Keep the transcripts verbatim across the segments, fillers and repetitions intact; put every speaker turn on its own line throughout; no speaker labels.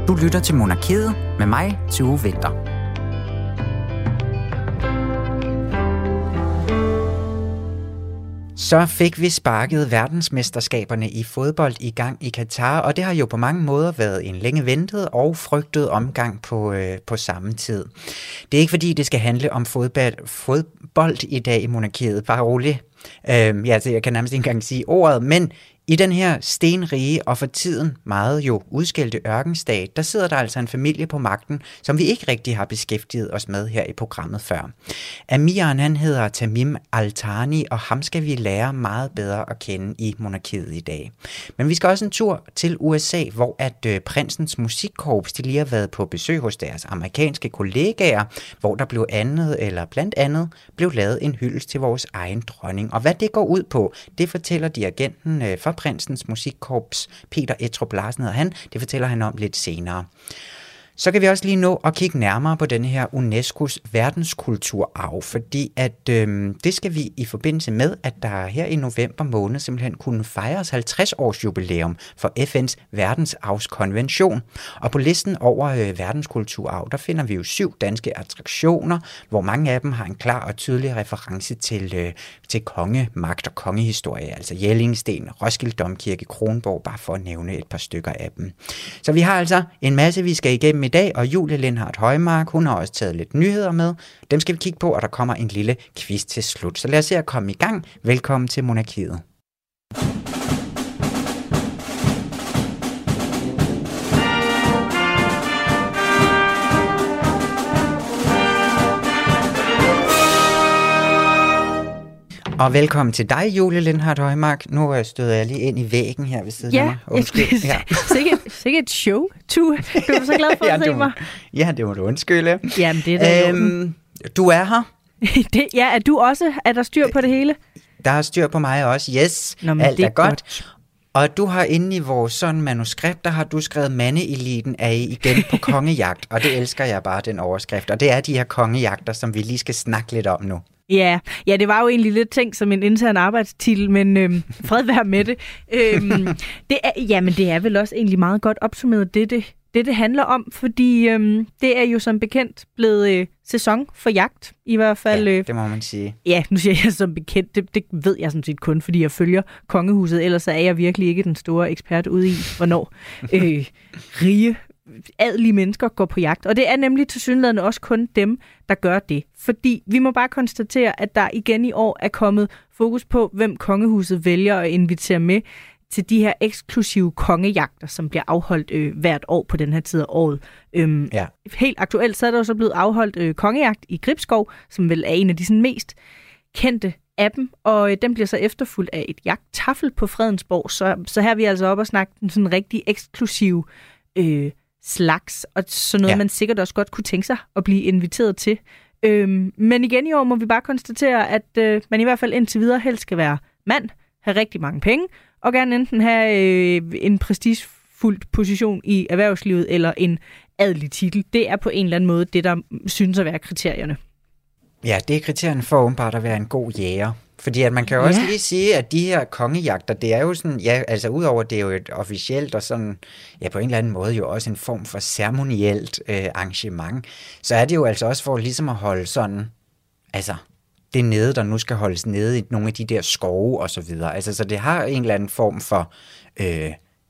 Du lytter til Monarkiet med mig, Tue Winther. Så fik vi sparket verdensmesterskaberne i fodbold i gang i Katar, og det har jo på mange måder været en længe ventet og frygtet omgang på, øh, på samme tid. Det er ikke fordi, det skal handle om fodbold, fodbold i dag i Monarkiet, bare roligt. Øh, ja, så jeg kan nærmest ikke engang sige ordet, men i den her stenrige og for tiden meget jo udskældte ørkenstat, der sidder der altså en familie på magten, som vi ikke rigtig har beskæftiget os med her i programmet før. Amiren, han hedder Tamim Al-Thani, og ham skal vi lære meget bedre at kende i Monarkiet i dag. Men vi skal også en tur til U S A, hvor at øh, prinsens musikkorps, de lige har været på besøg hos deres amerikanske kollegaer, hvor der blev andet, eller blandt andet, blev lavet en hyldest til vores egen dronning. Og hvad det går ud på, det fortæller dirigenten øh, for prinsens musikkorps, Peter Ettrup Larsen hedder han, det fortæller han om lidt senere. Så kan vi også lige nå at kigge nærmere på den her UNESCO's verdenskulturarv, fordi at øh, det skal vi i forbindelse med, at der her i november måned simpelthen kunne fejres halvtreds års jubilæum for F N's verdensarvskonvention. Og på listen over øh, verdenskulturarv, der finder vi jo syv danske attraktioner, hvor mange af dem har en klar og tydelig reference til, øh, til kongemagt og kongehistorie, altså Jellingsten, Roskilde Domkirke, Kronborg, bare for at nævne et par stykker af dem. Så vi har altså en masse, vi skal igennem i dag, og Julie Lindhardt Højmark, hun har også taget lidt nyheder med. Dem skal vi kigge på, og der kommer en lille quiz til slut. Så lad os se at komme i gang. Velkommen til Monarkiet. Og velkommen til dig, Julie Lindhardt Højmark. Nu støder jeg lige ind i væggen her ved siden
ja,
af mig. Undskyld.
Ja, sikkert et show, Tue. Du er så glad for
ja,
at se
må,
mig.
Ja, det må du undskylde.
Jamen, det er da
øhm, Du er her.
det, ja, er du også? Er der styr på det hele?
Der er styr på mig også, yes.
Nå,
alt
det er
er godt.
godt.
Og du har inde i vores sådan manuskript, der har du skrevet mandeeliten er igen på kongejagt. Og det elsker jeg bare, den overskrift. Og det er de her kongejagter, som vi lige skal snakke lidt om nu.
Ja, ja, det var jo egentlig lidt tænkt som en intern arbejdstitel, men øhm, fred være med det. Øhm, det er, jamen, det er vel også egentlig meget godt opsummeret, det det, det, det handler om, fordi øhm, det er jo som bekendt blevet øh, sæson for jagt, i hvert fald.
Ja,
øh,
det må man sige.
Ja, nu siger jeg som bekendt, det, det ved jeg sådan set kun, fordi jeg følger kongehuset, ellers er jeg virkelig ikke den store ekspert ude i, hvornår øh, rige adelige mennesker går på jagt. Og det er nemlig tilsyneladende også kun dem, der gør det. Fordi vi må bare konstatere, at der igen i år er kommet fokus på, hvem kongehuset vælger at invitere med til de her eksklusive kongejagter, som bliver afholdt øh, hvert år på den her tid af året. Øhm,
ja.
Helt aktuelt så er der jo så blevet afholdt øh, kongejagt i Gribskov, som vel er en af de sådan, mest kendte af dem, og øh, den bliver så efterfulgt af et jagttaffel på Fredensborg. Så, så her er vi altså oppe og snakke en sådan rigtig eksklusiv øh, slags, og sådan noget, ja. Man sikkert også godt kunne tænke sig at blive inviteret til. Øhm, men igen i år må vi bare konstatere, at øh, man i hvert fald indtil videre helst skal være mand, have rigtig mange penge, og gerne enten have øh, en prestigefuldt position i erhvervslivet, eller en adelig titel. Det er på en eller anden måde det, der synes at være kriterierne. Ja,
det er kriterierne for åbenbart at være en god jæger. Fordi at man kan jo også ja. lige sige, at de her kongejagter, det er jo sådan, ja, altså udover det er jo et officielt og sådan, ja på en eller anden måde jo også en form for ceremonielt øh, arrangement, så er det jo altså også for ligesom at holde sådan, altså det nede, der nu skal holdes nede i nogle af de der skove og så videre. Altså så det har en eller anden form for øh,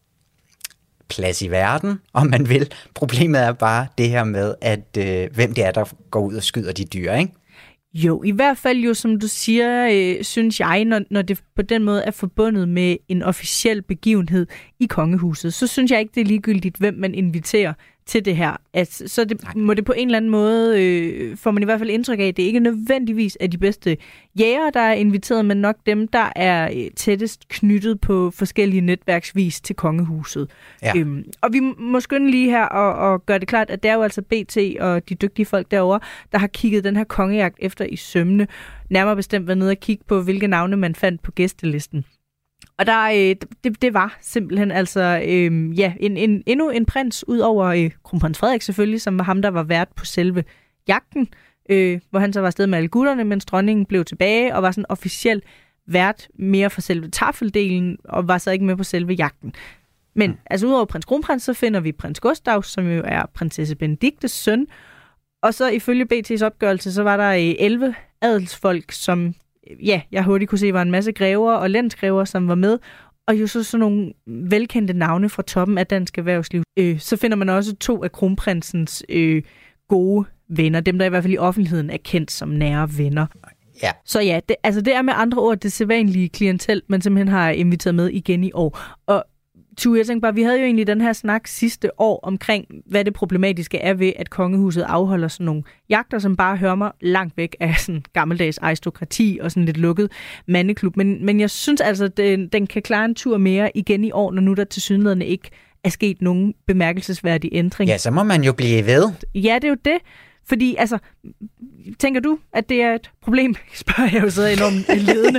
plads i verden, om man vil. Problemet er bare det her med, at øh, hvem det er, der går ud og skyder de dyr, ikke?
Jo, i hvert fald jo, som du siger, øh, synes jeg, når, når det på den måde er forbundet med en officiel begivenhed i kongehuset, så synes jeg ikke, det er ligegyldigt, hvem man inviterer til det her. Altså, så det, må det på en eller anden måde, øh, får man i hvert fald indtryk af, at det ikke nødvendigvis er de bedste jægere, der er inviteret, men nok dem, der er øh, tættest knyttet på forskellige netværksvis til kongehuset. Ja. Øhm, og vi må skynde lige her og, og gøre det klart, at det er jo altså B T og de dygtige folk derovre, der har kigget den her kongejagt efter i sømne. Nærmere bestemt været nede og kigge på, hvilke navne man fandt på gæstelisten. Og der, øh, det, det var simpelthen altså øh, ja, en, en, endnu en prins, ud over øh, kronprins Frederik selvfølgelig, som var ham, der var vært på selve jagten, øh, hvor han så var afsted med alle gutterne, mens dronningen blev tilbage og var sådan officielt vært mere for selve taffeldelen, og var så ikke med på selve jagten. Men mm. altså udover prins Kronprins, så finder vi prins Gustav, som jo er prinsesse Benediktes søn. Og så ifølge B T's opgørelse, så var der elleve adelsfolk, som, ja, jeg hurtigt kunne se, var en masse grever og lensgrever, som var med. Og jo så sådan nogle velkendte navne fra toppen af dansk erhvervsliv. Øh, så finder man også to af kronprinsens øh, gode venner. Dem, der i hvert fald i offentligheden er kendt som nære venner.
Ja.
Så ja, det, altså det er med andre ord det sædvanlige klientel, man simpelthen har inviteret med igen i år. Og Tue, jeg tænkte bare, vi havde jo egentlig den her snak sidste år omkring, hvad det problematiske er ved, at kongehuset afholder sådan nogle jagter, som bare hører mig langt væk af sådan gammeldags aristokrati og sådan lidt lukket mandeklub. Men, men jeg synes altså, at den, den kan klare en tur mere igen i år, når nu der tilsyneladende ikke er sket nogen bemærkelsesværdig ændring.
Ja, så må man jo blive ved.
Ja, det er jo det. Fordi, altså, tænker du, at det er et problem? Spørger jeg jo så enormt ledende.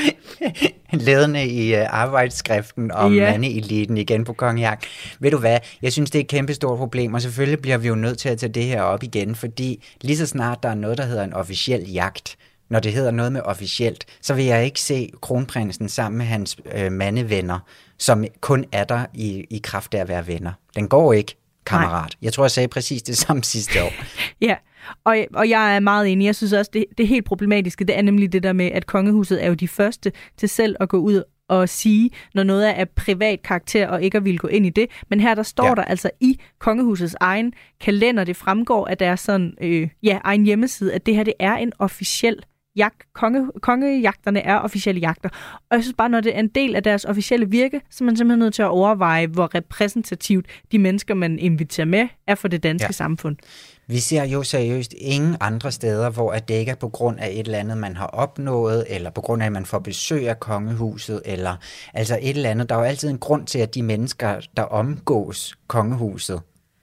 Ledende i uh, arbejdsskriften om ja. mandeeliten igen på kongejagt. Ved du hvad, jeg synes, det er et kæmpestort problem, og selvfølgelig bliver vi jo nødt til at tage det her op igen, fordi lige så snart der er noget, der hedder en officiel jagt, når det hedder noget med officielt, så vil jeg ikke se kronprinsen sammen med hans øh, mandevenner, som kun er der i, i kraft af at være venner. Den går ikke. Kammerat. Nej. Jeg tror, jeg sagde præcis det samme sidste år.
Ja, og, og jeg er meget enig. Jeg synes også, det, det helt problematiske, det er nemlig det der med, at kongehuset er jo de første til selv at gå ud og sige, når noget er af privat karakter, og ikke at ville gå ind i det. Men her der står ja. der altså i kongehusets egen kalender, det fremgår af deres sådan, øh, ja, egen hjemmeside, at det her det er en officiel jagt. Konge, kongejagterne er officielle jagter. Og jeg synes bare, når det er en del af deres officielle virke, så er man simpelthen nødt til at overveje, hvor repræsentativt de mennesker, man inviterer med, er for det danske ja. samfund.
Vi ser jo seriøst ingen andre steder, hvor det ikke er på grund af et eller andet, man har opnået, eller på grund af, at man får besøg af kongehuset, eller altså et eller andet. Der er jo altid en grund til, at de mennesker, der omgås kongehuset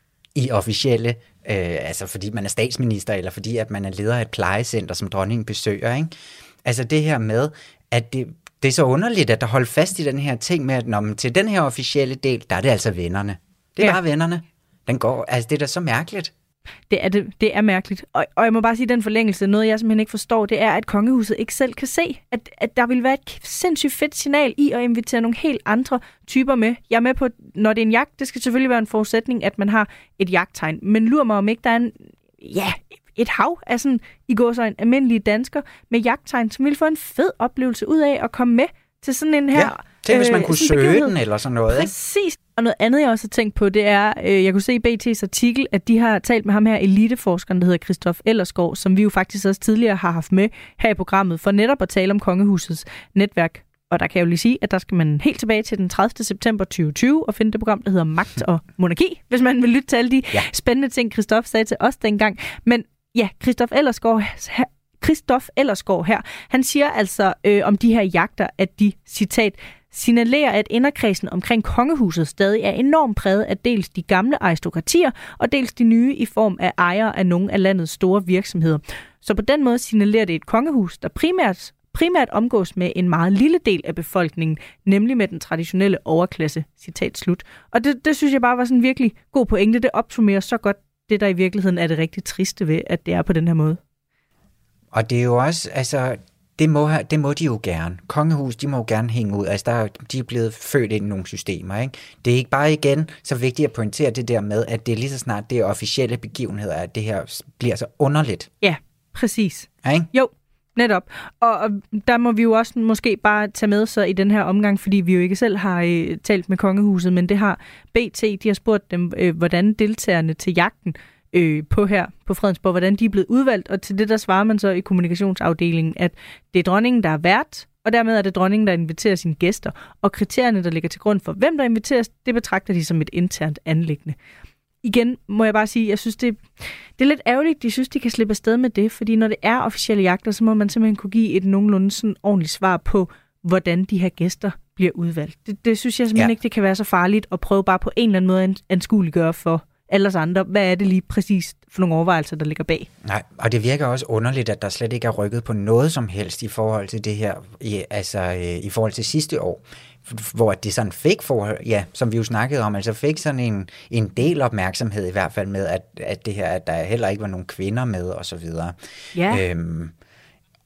i officielle, øh, altså fordi man er statsminister, eller fordi at man er leder af et plejecenter, som dronningen besøger, ikke? Altså det her med, at det, det er så underligt, at der holder fast i den her ting med, at når man, til den her officielle del, der er det altså vennerne. Det er ja. bare vennerne. Den går, altså det er da så mærkeligt.
Det er, det, det er mærkeligt. Og, og jeg må bare sige, at den forlængelse, noget jeg simpelthen ikke forstår, det er, at kongehuset ikke selv kan se, at, at der vil være et sindssygt fedt signal i at invitere nogle helt andre typer med. Jeg er med på, når det er en jagt, det skal selvfølgelig være en forudsætning, at man har et jagttegn. Men lurer mig om ikke, der er en, ja, et hav af sådan, i går så en almindelige dansker med jagttegn, som vil få en fed oplevelse ud af at komme med til sådan en her... Ja.
Tænk, hvis man kunne søge den eller sådan noget.
Præcis. Ikke? Og noget andet, jeg også har tænkt på, det er, øh, jeg kunne se i B T's artikel, at de har talt med ham her, eliteforskeren, der hedder Christoph Ellersgaard, som vi jo faktisk også tidligere har haft med her i programmet, for netop at tale om kongehusets netværk. Og der kan jeg jo lige sige, at der skal man helt tilbage til den tredivte september tyve tyve og finde det program, der hedder Magt og Monarki, hvis man vil lytte til alle de ja. spændende ting, Christoph sagde til os dengang. Men ja, Christoph Ellersgaard her, Christoph Ellersgaard her, han siger altså øh, om de her jagter, at de, citat, signalerer, at inderkredsen omkring kongehuset stadig er enormt præget af dels de gamle aristokratier, og dels de nye i form af ejere af nogle af landets store virksomheder. Så på den måde signalerer det et kongehus, der primært, primært omgås med en meget lille del af befolkningen, nemlig med den traditionelle overklasse, citat slut. Og det, det synes jeg bare var sådan en virkelig god pointe. Det opsummerer så godt det, der i virkeligheden er det rigtig triste ved, at det er på den her måde.
Og det er jo også, altså... Det må, det må de jo gerne. Kongehus, de må jo gerne hænge ud. Altså, der, de er blevet født ind i nogle systemer, ikke? Det er ikke bare igen så vigtigt at pointere det der med, at det er lige så snart det er officielle begivenheder, at det her bliver så underligt.
Ja, præcis.
Ja, ikke?
Jo, netop. Og, og der må vi jo også måske bare tage med så i den her omgang, fordi vi jo ikke selv har øh, talt med kongehuset, men det har B T, de har spurgt dem, øh, hvordan deltagerne til jagten Øh, på her på Fredensborg, hvordan de er blevet udvalgt, og til det der svarer man så i kommunikationsafdelingen, at det er dronningen, der er vært, og dermed er det dronningen, der inviterer sine gæster, og kriterierne, der ligger til grund for, hvem der inviteres, det betragter de som et internt anliggende. Igen må jeg bare sige, jeg synes, det, det er lidt ærgerligt, de synes, de kan slippe afsted med det, fordi når det er officielle jagter, så må man simpelthen kunne give et nogenlunde sådan ordentligt svar på, hvordan de her gæster bliver udvalgt. Det, det synes jeg simpelthen ja. ikke, det kan være så farligt at prøve bare på en eller anden måde at anskueliggøre for alle andre. Hvad er det lige præcis for nogle overvejelser, der ligger bag?
Nej, og det virker også underligt, at der slet ikke er rykket på noget som helst i forhold til det her, i, altså øh, i forhold til sidste år, hvor det sådan fik forhold, ja, som vi jo snakkede om, altså fik sådan en, en del opmærksomhed i hvert fald med, at, at det her, at der heller ikke var nogen kvinder med og så videre.
Ja.
Øhm,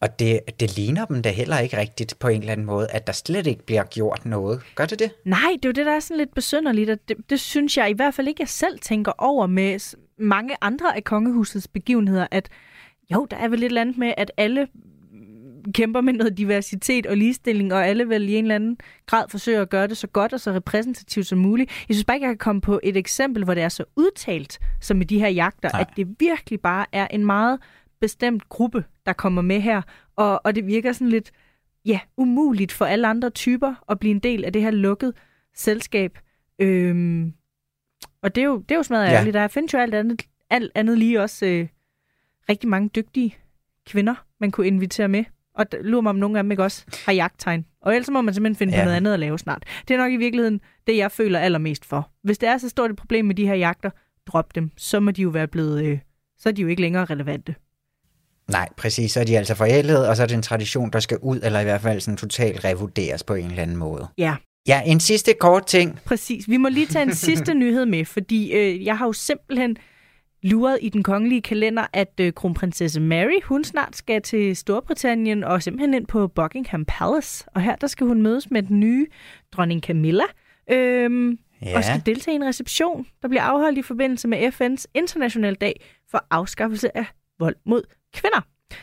Og det, det ligner dem da heller ikke rigtigt på en eller anden måde, at der slet ikke bliver gjort noget. Gør det det?
Nej, det er jo det, der er sådan lidt besynderligt, og det, det synes jeg i hvert fald ikke, jeg selv tænker over med mange andre af kongehusets begivenheder, at jo, der er vel lidt eller andet med, at alle kæmper med noget diversitet og ligestilling, og alle vel i en eller anden grad forsøger at gøre det så godt og så repræsentativt som muligt. Jeg synes bare ikke, jeg kan komme på et eksempel, hvor det er så udtalt, som i de her jagter, Nej. At det virkelig bare er en meget bestemt gruppe, der kommer med her, og, og det virker sådan lidt ja, umuligt for alle andre typer at blive en del af det her lukkede selskab. Øhm, og det er jo, det er jo smadret ærgerligt. Ja. Der findes jo alt andet, alt andet lige også øh, rigtig mange dygtige kvinder, man kunne invitere med. Og lurer mig, om nogle af dem ikke også har jagttegn. Og ellers må man simpelthen finde ja. på noget andet at lave snart. Det er nok i virkeligheden det, jeg føler allermest for. Hvis det er så stort et problem med de her jagter, drop dem. Så må de jo være blevet, øh, så er de jo ikke længere relevante.
Nej, præcis. Så er de altså forældet, og så er det en tradition, der skal ud, eller i hvert fald sådan totalt revurderes på en eller anden måde.
Ja.
Ja, en sidste kort ting.
Præcis. Vi må lige tage en sidste nyhed med, fordi øh, jeg har jo simpelthen luret i den kongelige kalender, at øh, kronprinsesse Mary, hun snart skal til Storbritannien og simpelthen ind på Buckingham Palace. Og her der skal hun mødes med den nye dronning Camilla, øhm, ja. og skal deltage i en reception, der bliver afholdt i forbindelse med F N's internationale dag for afskaffelse af vold mod kvinder.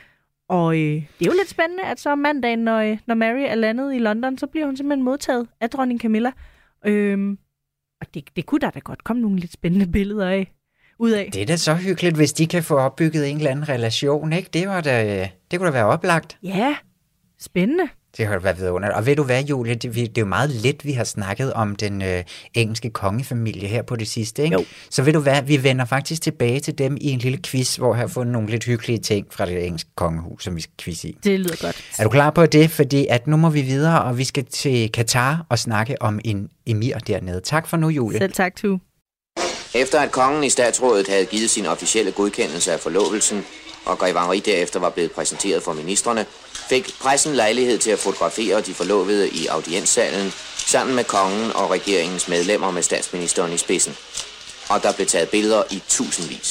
Og øh, det er jo lidt spændende, at så mandagen, når, øh, når Mary er landet i London, så bliver hun simpelthen modtaget af dronning Camilla. Øhm, og det, det kunne der da godt komme nogle lidt spændende billeder af. Ud af.
Det er da så hyggeligt, hvis de kan få opbygget en eller anden relation, ikke? Det, var da, det kunne da være oplagt.
Ja, spændende.
Det har da været vidunderligt. Og ved du hvad, Julie, det, det er jo meget lidt, vi har snakket om den øh, engelske kongefamilie her på det sidste, ikke?
Jo.
Så ved du hvad, vi vender faktisk tilbage til dem i en lille quiz, hvor jeg har fundet nogle lidt hyggelige ting fra det engelske kongehus, som vi skal quizze i.
Det lyder godt.
Er du klar på det? Fordi at nu må vi videre, og vi skal til Katar og snakke om en emir dernede. Tak for nu, Julie.
Selv tak, du.
Efter at kongen i statsrådet havde givet sin officielle godkendelse af forlovelsen, og Grev Henri derefter var blevet præsenteret for ministrene, fik pressen lejlighed til at fotografere de forlovede i audienssalen sammen med kongen og regeringens medlemmer med statsministeren i spidsen. Og der blev taget billeder i tusindvis.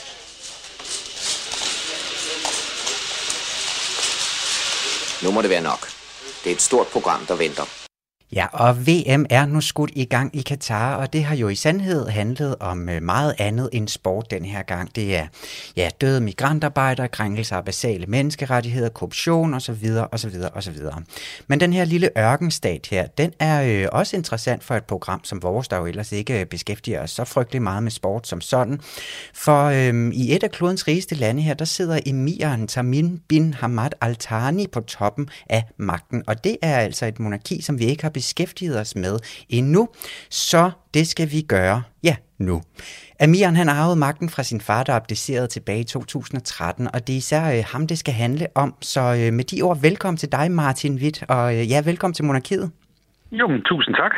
Nu må det være nok. Det er et stort program, der venter.
Ja, og V M er nu skudt i gang i Katar, og det har jo i sandhed handlet om meget andet end sport den her gang. Det er ja, døde migrantarbejdere, krænkelser af basale menneskerettigheder, korruption osv. osv. osv. Men den her lille ørkenstat her, den er øh, også interessant for et program som vores, der jo ellers ikke beskæftiger os så frygtelig meget med sport som sådan. For øh, i et af klodens rigeste lande her, der sidder emiren Tamim bin Hamad Al Thani på toppen af magten, og det er altså et monarki, som vi ikke har beskæftiget os med endnu, så det skal vi gøre, ja, nu. Emiren, han arvede magten fra sin far, der abdicerede tilbage i to tusind og tretten, og det er især øh, ham, det skal handle om. Så øh, med de ord, velkommen til dig, Martin Witt, og øh, ja, velkommen til Monarkiet.
Jo, men tusind tak.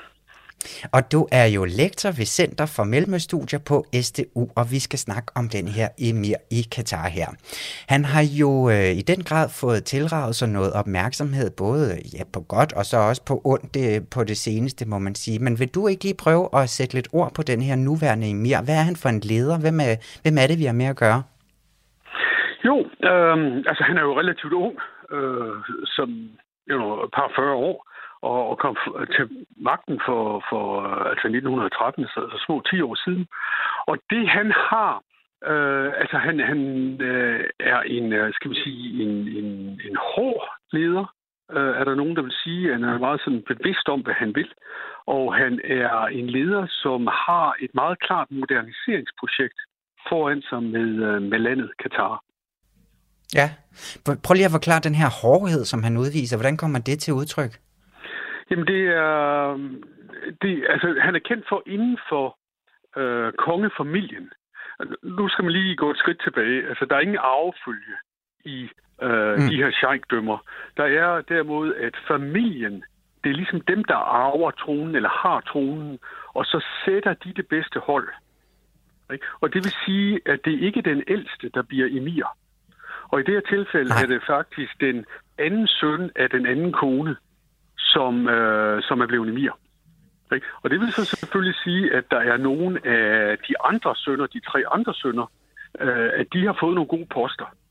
Og du er jo lektor ved Center for Mellemøststudier på S D U, og vi skal snakke om den her emir i Katar her. Han har jo øh, i den grad fået tilraget sig noget opmærksomhed, både ja, på godt og så også på ondt det, på det seneste, må man sige. Men vil du ikke lige prøve at sætte lidt ord på den her nuværende emir? Hvad er han for en leder? Hvem er, hvem er det, vi har med at gøre?
Jo, øh, altså han er jo relativt ung, øh, som you know, et par fyrre år. Og kom til magten for, for altså nitten tretten, så, så små ti år siden. Og det han har, øh, altså han, han øh, er en, skal vi sige, en, en, en hård leder, øh, er der nogen, der vil sige. Han er meget sådan bevidst om, hvad han vil. Og han er en leder, som har et meget klart moderniseringsprojekt foran sig med, med landet Katar.
Ja, prøv lige at forklare den her hårdhed, som han udviser. Hvordan kommer det til udtryk?
Jamen det er, det, altså han er kendt for inden for øh, kongefamilien. Nu skal man lige gå et skridt tilbage. Altså der er ingen arvefølge i øh, mm. de her sheikdømmer. Der er derimod, at familien, det er ligesom dem, der arver tronen eller har tronen, og så sætter de det bedste hold. Ikke? Og det vil sige, at det ikke er den ældste, der bliver emir. Og i det her tilfælde Nej. er det faktisk den anden søn af den anden kone, som, øh, som er blevet emir. Ikke? Og det vil så selvfølgelig sige, at der er nogle af de andre sønner, de tre andre sønner, øh, at de har fået nogle gode poster.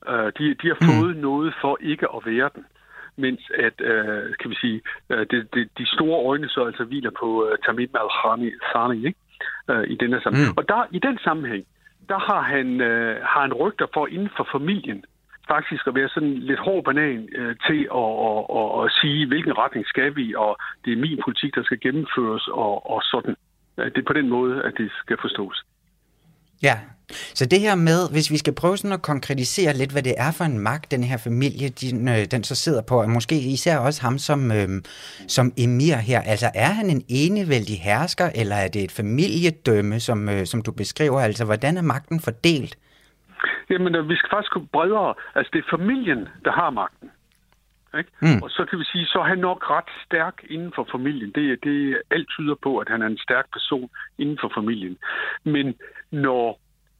Uh, de, de har fået mm. noget for ikke at være den. Mens at, uh, kan vi sige, uh, det, det, de store øjne så altså hviler på uh, Tamim al-Thani, ikke? Uh, i denne sammenhæng. Mm. Og der, i den sammenhæng, der har han, uh, har han rygter for inden for familien faktisk at være sådan lidt hård banan uh, til at, at, at, at sige, hvilken retning skal vi, og det er min politik, der skal gennemføres, og, og sådan. Uh, det er på den måde, at det skal forstås.
Ja, så det her med, hvis vi skal prøve sådan at konkretisere lidt, hvad det er for en magt, den her familie, den, den så sidder på, og måske især også ham som, øhm, som emir her. Altså, er han en enevældig hersker, eller er det et familiedømme, som, øh, som du beskriver? Altså, hvordan er magten fordelt?
Jamen, vi skal faktisk gå bredere. Altså, det er familien, der har magten. Ikke? Mm. Og så kan vi sige, så er han nok ret stærk inden for familien. Det, det alt tyder på, at han er en stærk person inden for familien. Men når,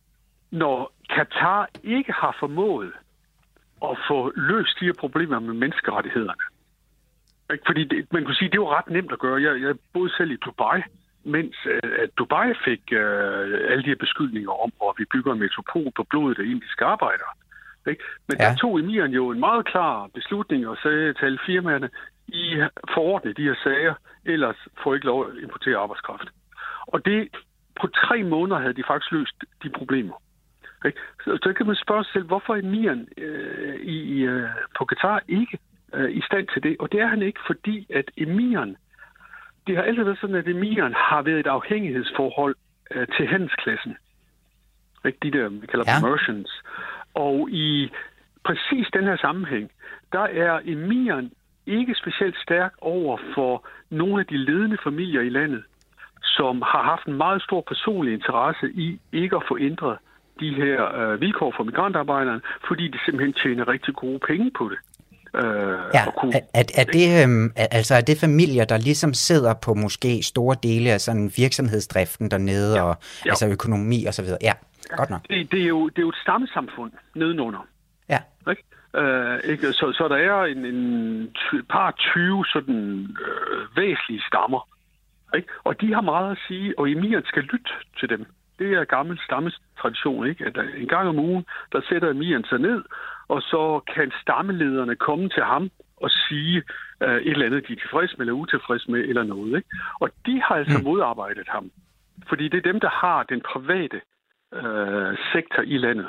når Katar ikke har formået at få løst de her problemer med menneskerettighederne, ikke? Fordi det, man kunne sige, det var ret nemt at gøre. Jeg, jeg boede selv i Dubai, mens at Dubai fik uh, alle de her beskyldninger om, at vi bygger en metropol på blodet af indiske arbejdere. Ikke? Men ja. Der tog emiren jo en meget klar beslutning og sagde til alle firmaerne, I forordne de her sager, ellers får I ikke lov at importere arbejdskraft. Og det på tre måneder havde de faktisk løst de problemer. Ikke? Så, så kan man spørge sig selv, hvorfor emiren øh, i, øh, på Katar ikke øh, i stand til det? Og det er han ikke, fordi at emiren, det har altid været sådan, at emiren har været et afhængighedsforhold øh, til handelsklassen. Ikke? De der, vi kalder ja. merchants. Og i præcis den her sammenhæng, der er emiren ikke specielt stærk over for nogle af de ledende familier i landet, som har haft en meget stor personlig interesse i ikke at få ændret de her øh, vilkår for migrantarbejderne, fordi de simpelthen tjener rigtig gode penge på det. Øh,
ja, kunne, er, er, det, øh, altså er det familier, der ligesom sidder på måske store dele af sådan virksomhedsdriften dernede, ja, og ja. altså økonomi og så videre? Ja. Godt nok.
Det, det, er jo, det er jo et stammesamfund nedenunder.
Ja.
Ikke? Øh, ikke? Så, så der er en, en par tyve sådan øh, væsentlige stammer. Ikke? Og de har meget at sige, og emiren skal lytte til dem. Det er gammel stammetradition, ikke? At en gang om ugen, der sætter emiren sig ned, og så kan stammelederne komme til ham og sige øh, et eller andet, de er tilfredse med eller utilfredse med, eller noget. Ikke? Og de har altså mm. modarbejdet ham. Fordi det er dem, der har den private Øh, sektor i landet.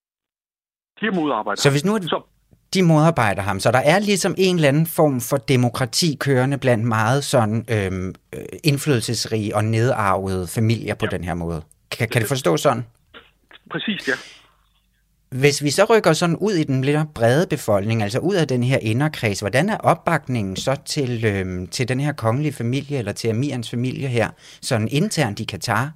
De har modarbejdet
Så hvis nu så, de modarbejder ham, så der er ligesom en eller anden form for demokrati kørende blandt meget sådan øhm, indflydelsesrige og nedarvede familier på ja. den her måde. Kan, kan det forstås sådan?
Præcis, ja.
Hvis vi så rykker sådan ud i den lidt brede befolkning, altså ud af den her inderkreds, hvordan er opbakningen så til, øhm, til den her kongelige familie, eller til emirens familie her, sådan internt i Katar?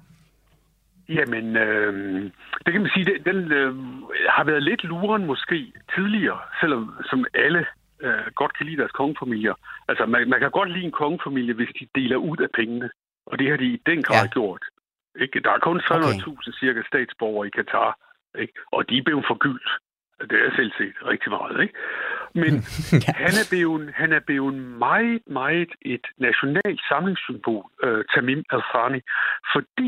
Jamen, øh, det kan man sige, den, den øh, har været lidt luren måske tidligere, selvom som alle øh, godt kan lide deres kongefamilier. Altså, man, man kan godt lide en kongefamilie, hvis de deler ud af pengene, og det har de i den grad ja. gjort. Ikke? Der er kun tre hundrede tusind okay. cirka statsborgere i Katar, ikke? Og de er blevet forgyldt. Det er selv set rigtig meget, ikke? Men ja. han er blevet, han er blevet meget, meget et nationalt samlingssymbol, øh, Tamim al-Thani, fordi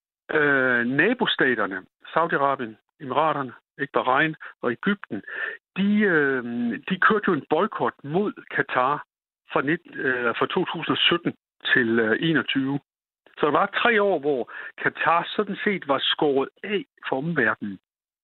Øh, nabostaterne, Saudi-Arabien, Emiraterne, ikke Bahrain og Egypten, de, øh, de kørte jo en boykot mod Katar fra, øh, fra to tusind og sytten til øh, enogtyve. Så der var tre år, hvor Katar sådan set var skåret af for omverdenen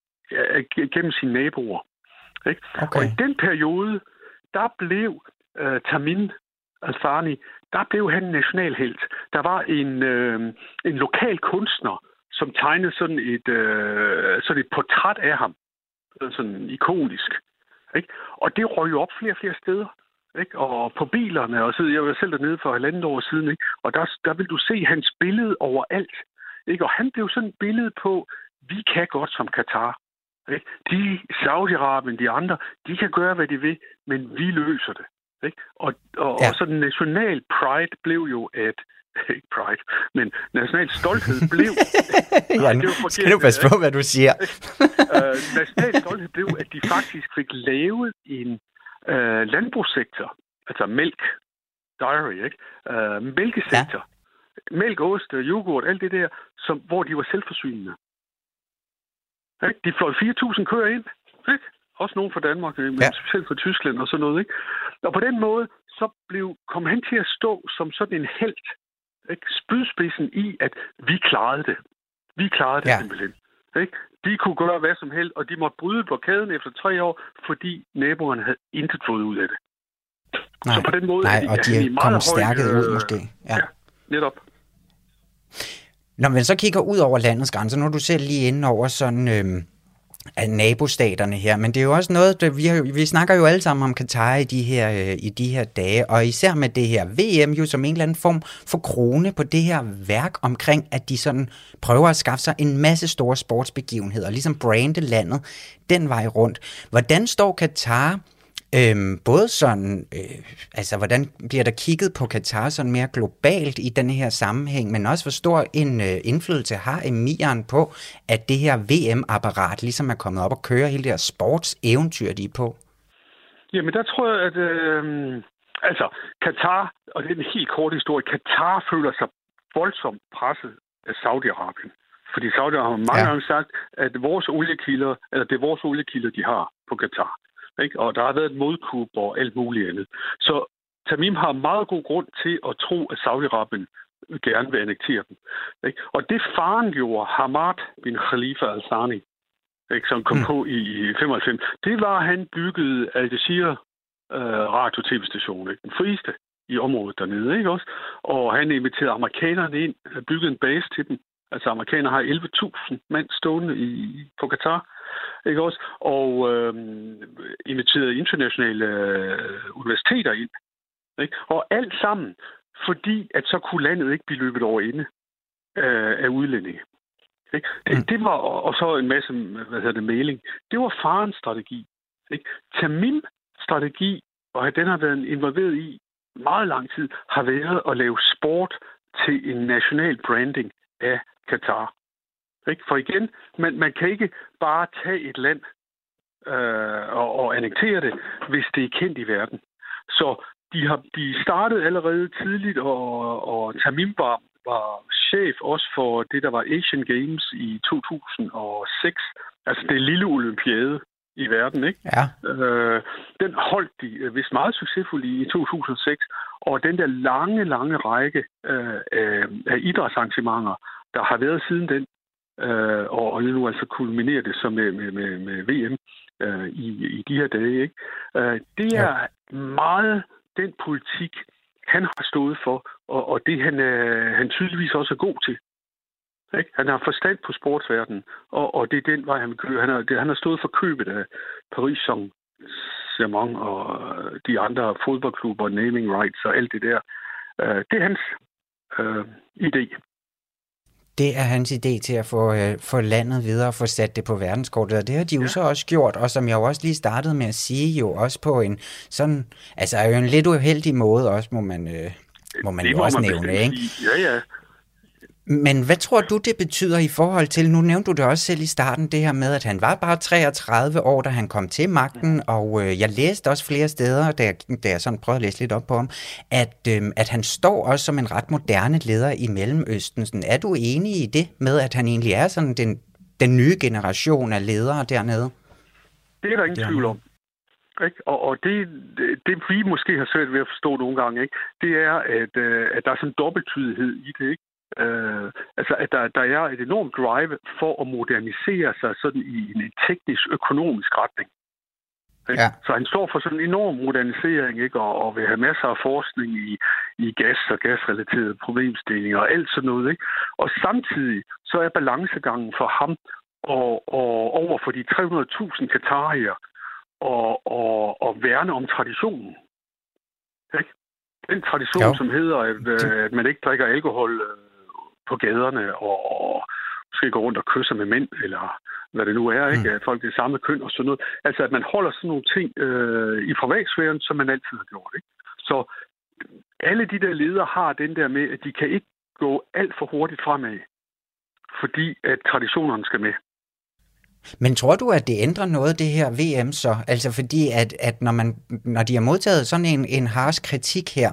øh, gennem sine naboer. Ikke? Okay. Og i den periode, der blev øh, Tamim al-Thani, der blev han nationalhelt. Der var en, øh, en lokal kunstner, som tegnede sådan et, øh, sådan et portræt af ham. Sådan ikonisk. Ikke? Og det røg jo op flere og flere steder. Ikke? Og på bilerne, og så, jeg var selv dernede for halvandet år siden, ikke? Og der, der vil du se hans billede overalt. Ikke? Og han blev sådan et billede på, vi kan godt som Katar. Ikke? De, Saudi-Arabien, de andre, de kan gøre, hvad de vil, men vi løser det. Ikke? Og, og, ja. og sådan national pride blev jo at ikke pride, men national stolthed blev
ja, nu skal du passe på, hvad du siger.
uh, national stolthed blev, at de faktisk fik lavet en uh, landbrugssektor, altså mælk, dairy, ikke? Uh, mælkesektor, ja. Mælk, ost, yoghurt, alt det der, som, hvor de var selvforsynende. Ikke? De fløj fire tusind køer ind, ikke? Også nogen fra Danmark, men
ja.
specielt fra Tyskland og sådan noget, ikke? Og på den måde, så blev, kom han til at stå som sådan en helt, ikke? Spydspidsen i, at vi klarede det. Vi klarede det ja. simpelthen. Ikke? De kunne gøre hvad som helst, og de måtte bryde blokaden efter tre år, fordi naboerne havde intet fået ud af det.
Nej,
så på den måde
nej,
er de,
og de er kommet stærket ud, måske. Ja,
ja netop.
Når man så kigger ud over landets grænser, nu er du selv lige inde over sådan øh, af nabostaterne her, men det er jo også noget, der, vi, har, vi snakker jo alle sammen om Katar i de her øh, i de her dage, og især med det her V M jo som en eller anden form for krone på det her værk omkring, at de sådan prøver at skaffe sig en masse store sportsbegivenheder, ligesom brande landet den vej rundt. Hvordan står Katar Øhm, både sådan, øh, altså hvordan bliver der kigget på Katar sådan mere globalt i den her sammenhæng, men også hvor stor en øh, indflydelse har emiren på, at det her V M-apparat ligesom er kommet op og kører hele det her sportseventyr, de er på?
Jamen der tror jeg, at øh, altså Katar, og det er en helt kort historie, Katar føler sig voldsomt presset af Saudi-Arabien. Fordi Saudi-Arabien har mange ja. gange sagt, at vores oliekilder, eller det er vores oliekilder, de har på Katar. Ikke? Og der har været et modkub og alt muligt andet. Så Tamim har meget god grund til at tro, at Saudi-Arabien gerne vil annektere dem. Ikke? Og det faren gjorde Hamad bin Khalifa Al Thani, ikke, som kom mm. på i femoghalvfems, det var, at han byggede Al Jazeera øh, radio-tv-station, ikke? Den frieste i området dernede, ikke også? Og han inviterede amerikanerne ind, byggede en base til dem. Altså amerikanere har elleve tusind mand stående i, på Katar, ikke også? Og øh, inviterede internationale øh, universiteter ind. Ikke? Og alt sammen, fordi at så kunne landet ikke blive løbet over ende øh, af udlændinge. Ikke? Det, det var, og så en masse, hvad hedder det, mailing. Det var farens strategi. Ikke? Tamims strategi, og den har været involveret i meget lang tid, har været at lave sport til en national branding af Katar. Ikke? For igen, man, man kan ikke bare tage et land øh, og, og annektere det, hvis det er kendt i verden. Så de har de startede allerede tidligt, og, og Tamim var, var chef også for det, der var Asian Games i to tusind og seks. Altså det lille olympiade i verden, ikke?
Ja.
Øh, den holdt de vist meget succesfuldt i to tusind og seks. Og den der lange, lange række øh, af, af idrætsarrangementer, der har været siden den, øh, og, og nu altså kulminerer det så med, med, med, med V M øh, i, i de her dage, ikke? Øh, det er ja. meget den politik, han har stået for, og, og det han, øh, han tydeligvis også er god til. Ikke? Han har forstand på sportsverdenen, og, og det er den vej, han vil køre. Han har, det, han har stået for købet af Paris Saint-Germain og de andre fodboldklubber, naming rights og alt det der. Øh, det er hans øh, idé.
Det er hans idé til at få, øh, få landet videre og få sat det på verdenskortet, og det har de jo ja. så også gjort, og som jeg jo også lige startede med at sige, jo også på en sådan, altså er jo en lidt uheldig måde også, må man, øh, må man jo må også man nævne, ikke?
Ja, ja.
Men hvad tror du, det betyder i forhold til, nu nævnte du det også selv i starten, det her med, at han var bare treogtredive år, da han kom til magten, og øh, jeg læste også flere steder, da jeg, da jeg sådan prøvede at læse lidt op på ham, at, øh, at han står også som en ret moderne leder i Mellemøsten. Sådan, er du enig i det med, at han egentlig er sådan den, den nye generation af ledere dernede?
Det er der ingen tvivl om. Ikke? Og, og det, det, det, vi måske har svært ved at forstå nogle gange, ikke? Det er, at, øh, at der er sådan en dobbelttydighed i det, ikke? Uh, altså, at der, der er et enormt drive for at modernisere sig sådan i en teknisk, økonomisk retning. Ja. Så han står for sådan en enorm modernisering, ikke? Og, og vil have masser af forskning i, i gas og gasrelaterede problemstillinger og alt sådan noget. Ikke? Og samtidig så er balancegangen for ham og, og over for de tre hundrede tusind katarier og, og, og værne om traditionen. Ikke? Den tradition, jo. som hedder, at, at man ikke drikker alkohol på gaderne, og, og måske gå rundt og kysse med mænd, eller hvad det nu er, ikke? At folk er det samme køn og sådan noget. Altså, at man holder sådan nogle ting øh, i privatsfæren, som man altid har gjort, ikke? Så alle de der ledere har den der med, at de kan ikke gå alt for hurtigt fremad, fordi at traditionerne skal med.
Men tror du, at det ændrer noget, det her V M så? Altså fordi, at, at når, man, når de har modtaget sådan en, en harsh kritik her,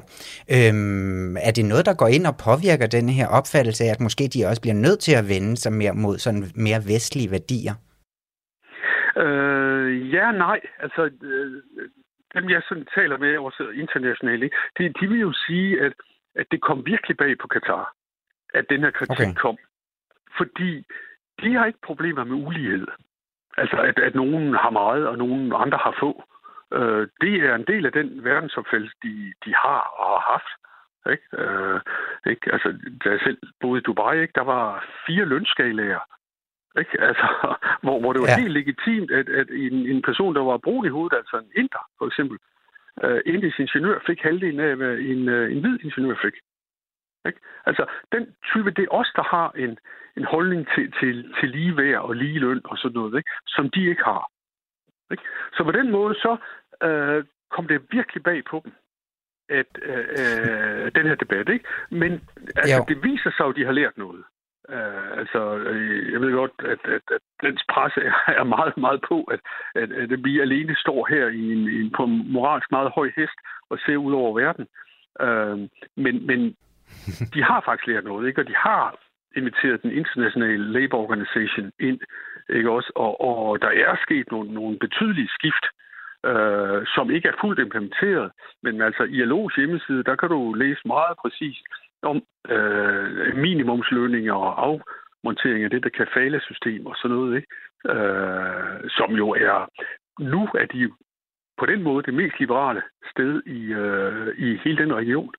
øhm, er det noget, der går ind og påvirker den her opfattelse af, at måske de også bliver nødt til at vende sig mere mod sådan mere vestlige værdier?
Øh, ja, nej. Altså, øh, dem jeg sådan taler med også internationalt, ikke? De, de vil jo sige, at, at det kom virkelig bag på Katar, at den her kritik okay. kom. Fordi de har ikke problemer med ulighed. Altså, at, at nogen har meget, og nogen andre har få. Øh, det er en del af den verdensopfattelse, de, de har og har haft. Ikke? Øh, ikke? Altså, da jeg selv boede i Dubai, ikke? Der var fire lønskalaer. Ikke? Altså, hvor, hvor det var ja. helt legitimt, at, at en, en person, der var brun i hovedet, altså en inder, for eksempel, uh, indisk ingeniør, fik halvdelen af, hvad en, uh, en hvid ingeniør fik. Ikke? Altså, den type, det er os, der har en, en holdning til, til, til lige værd og lige løn og sådan noget, ikke? Som de ikke har. Ikke? Så på den måde, så uh, kom det virkelig bag på dem, at uh, den her debat, ikke? Men altså, det viser sig at de har lært noget. Uh, altså, jeg ved godt, at, at, at dansk presse er, er meget, meget på, at, at, at vi alene står her i en, en, på en moralsk meget høj hest og ser ud over verden. Uh, men, men de har faktisk lært noget, ikke? Og de har inviteret den internationale Labour Organization ind, ikke også? Og, og der er sket nogle, nogle betydelige skift, uh, som ikke er fuldt implementeret. Men altså, i L O's hjemmeside, der kan du læse meget præcist om øh, minimumslønninger og afmontering af det der kafala-system og sådan noget, ikke? Øh, som jo er, nu er de på den måde det mest liberale sted i, øh, i hele den region.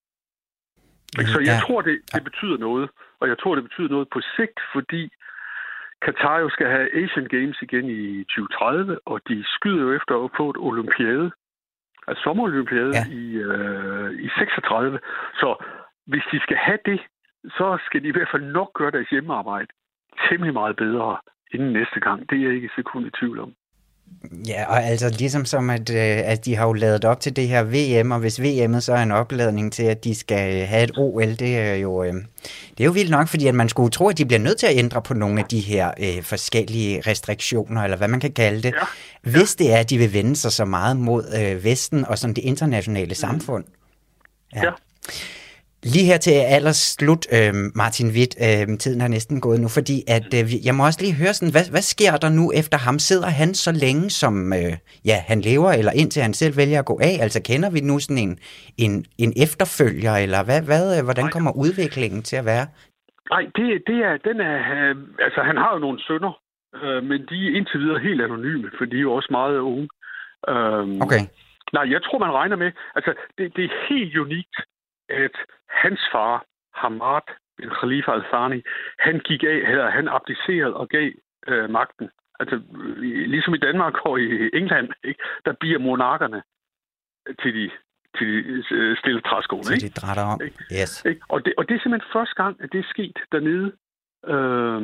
Mm, Så jeg ja. tror, det, det betyder noget, og jeg tror, det betyder noget på sigt, fordi Katar jo skal have Asian Games igen i tyve tredive, og de skyder jo efter at få et olympiade, altså sommerolympiade ja. i, øh, i seksogtredive. Så hvis de skal have det, så skal de i hvert fald nok gøre deres hjemmearbejde temmelig meget bedre inden næste gang. Det er jeg ikke et sekund i tvivl om.
Ja, og altså ligesom som, at, at de har jo lavet op til det her V M, og hvis V M'et så er en opladning til, at de skal have et O L, det er jo, det er jo vildt nok, fordi at man skulle tro, at de bliver nødt til at ændre på nogle af de her øh, forskellige restriktioner, eller hvad man kan kalde det, ja. hvis det er, at de vil vende sig så meget mod øh, Vesten og sådan det internationale mm. samfund. Ja. ja. Lige her til allerslut, øh, Martin Witt, øh, tiden har næsten gået nu, fordi at øh, jeg må også lige høre sådan, hvad, hvad sker der nu efter ham? Sidder han så længe, som øh, ja, han lever, eller indtil han selv vælger at gå af? Altså kender vi nu sådan en, en, en efterfølger, eller hvad, hvad, øh, hvordan kommer udviklingen til at være?
Nej, det, det er, den er, øh, altså han har jo nogle sønner, øh, men de er indtil videre helt anonyme, for de er jo også meget unge. Øh, okay. Nej, jeg tror, man regner med, altså det, det er helt unikt, at hans far, Hamad bin Khalifa Al Thani, han gik af, eller han abdicerede og gav øh, magten. Altså, ligesom i Danmark og i England, ikke? Der bliver monarkerne til de, til de øh, stille træskoene.
Til de drætter om, yes.
Ikke? Og, det, og det er simpelthen første gang, at det er sket dernede. Øh,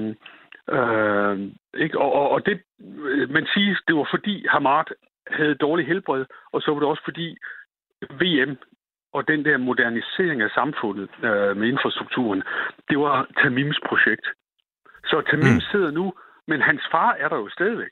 øh, ikke? Og, og, og det, man siger, det var fordi Hamad havde dårlig helbred, og så var det også fordi V M og den der modernisering af samfundet øh, med infrastrukturen, det var Tamims projekt. Så Tamim mm. sidder nu, men hans far er der jo stadigvæk.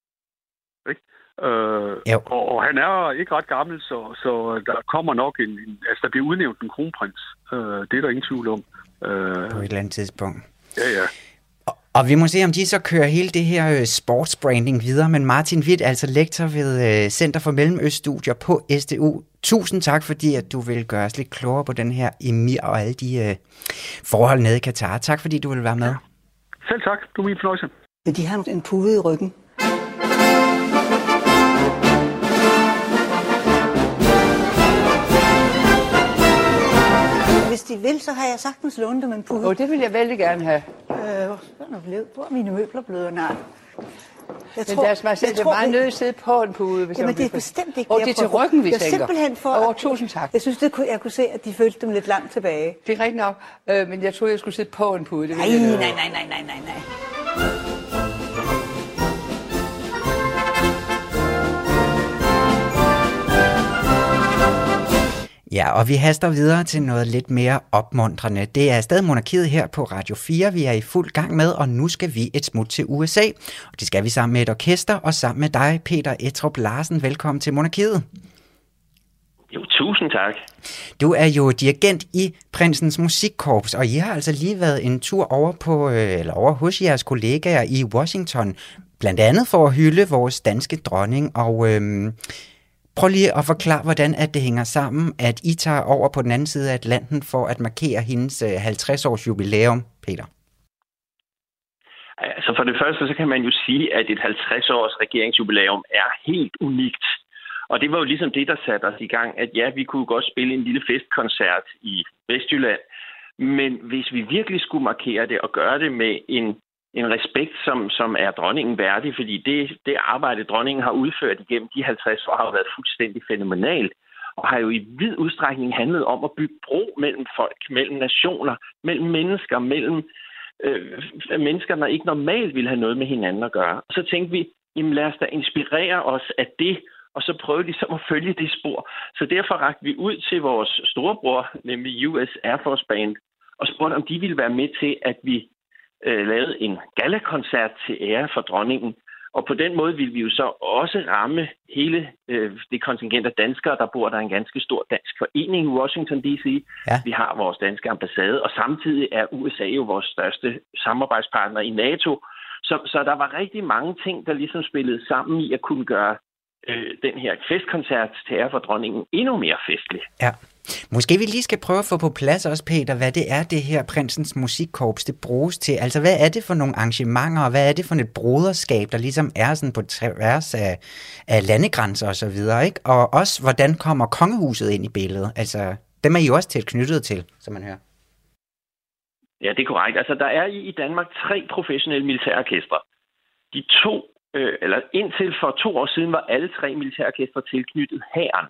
Ikke? Øh, og, og han er ikke ret gammel, så, så der kommer nok en, en... Altså, der bliver udnævnt en kronprins. Øh, det er der ingen tvivl om.
Øh, På et eller andet tidspunkt.
Ja, ja.
Og vi må se, om de så kører hele det her sportsbranding videre. Men Martin Witt, altså lektor ved Center for Mellemøststudier på S D U. Tusind tak, fordi at du vil gøre os lidt klogere på den her emir og alle de uh, forhold nede i Katar. Tak, fordi du vil være med.
Ja. Selv tak. Du er min fornøjelse.
De har en pude i ryggen. Hvis de vil, så har jeg sagtens lånt dem en pude.
Oh, det vil jeg vældig gerne have.
Øh, hvor er mine møbler blevet? Nej.
Jeg men tror, deres majestæt er meget nødt til at sidde på en pude. Hvis
jamen, det er bestemt ikke
og det. Og det er til ryggen, vi
jeg
tænker.
Simpelthen for...
Åh, oh, tusind tak.
Jeg synes, det kunne, jeg kunne se, at de følte dem lidt langt tilbage.
Det er rigtigt nok, øh, men jeg troede, jeg skulle sidde på en pude. Det
nej, nej, nej, nej, nej, nej, nej.
Ja, og vi haster videre til noget lidt mere opmuntrende. Det er stadig Monarkiet her på Radio fire, vi er i fuld gang med, og nu skal vi et smut til U S A. Og det skal vi sammen med et orkester, og sammen med dig, Peter Ettrup Larsen. Velkommen til Monarkiet.
Jo, tusind tak.
Du er jo dirigent i Prinsens Musikkorps, og I har altså lige været en tur over på eller over hos jeres kollegaer i Washington, blandt andet for at hylde vores danske dronning. Og øhm, prøv lige at forklare, hvordan at det hænger sammen, at I tager over på den anden side af Atlanten for at markere hendes halvtreds års jubilæum, Peter.
Altså for det første, så kan man jo sige, at et halvtreds års regeringsjubilæum er helt unikt. Og det var jo ligesom det, der satte os i gang, at ja, vi kunne godt spille en lille festkoncert i Vestjylland, men hvis vi virkelig skulle markere det og gøre det med en, en respekt, som, som er dronningen værdig, fordi det, det arbejde, dronningen har udført igennem de halvtreds år, har jo været fuldstændig fænomenalt, og har jo i vid udstrækning handlet om at bygge bro mellem folk, mellem nationer, mellem mennesker, mellem øh, mennesker, der ikke normalt ville have noget med hinanden at gøre. Og så tænkte vi, jamen lad os da inspirere os af det, og så prøve ligesom at følge det spor. Så derfor rakte vi ud til vores storebror, nemlig U S Air Force Band, og spurgte, om de ville være med til, at vi øh, lavede en gallakoncert til ære for dronningen. Og på den måde ville vi jo så også ramme hele øh, det kontingent af danskere, der bor der en ganske stor dansk forening i Washington D C. Ja. Vi har vores danske ambassade, og samtidig er U S A jo vores største samarbejdspartner i NATO. Så, så der var rigtig mange ting, der ligesom spillede sammen i at kunne gøre øh, den her festkoncert til ære for dronningen endnu mere festlig.
Ja. Måske vi lige skal prøve at få på plads også, Peter, hvad det er, det her Prinsens Musikkorps, det bruges til. Altså, hvad er det for nogle arrangementer, og hvad er det for et broderskab, der ligesom er sådan på tværs af, af landegrænser og så videre, ikke? Og også, hvordan kommer kongehuset ind i billedet? Altså, dem er I også tæt knyttet til, som man hører.
Ja, det er korrekt. Altså, der er i Danmark tre professionelle militærorkestre. De to, øh, eller indtil for to år siden, var alle tre militærorkestre tilknyttet hæren.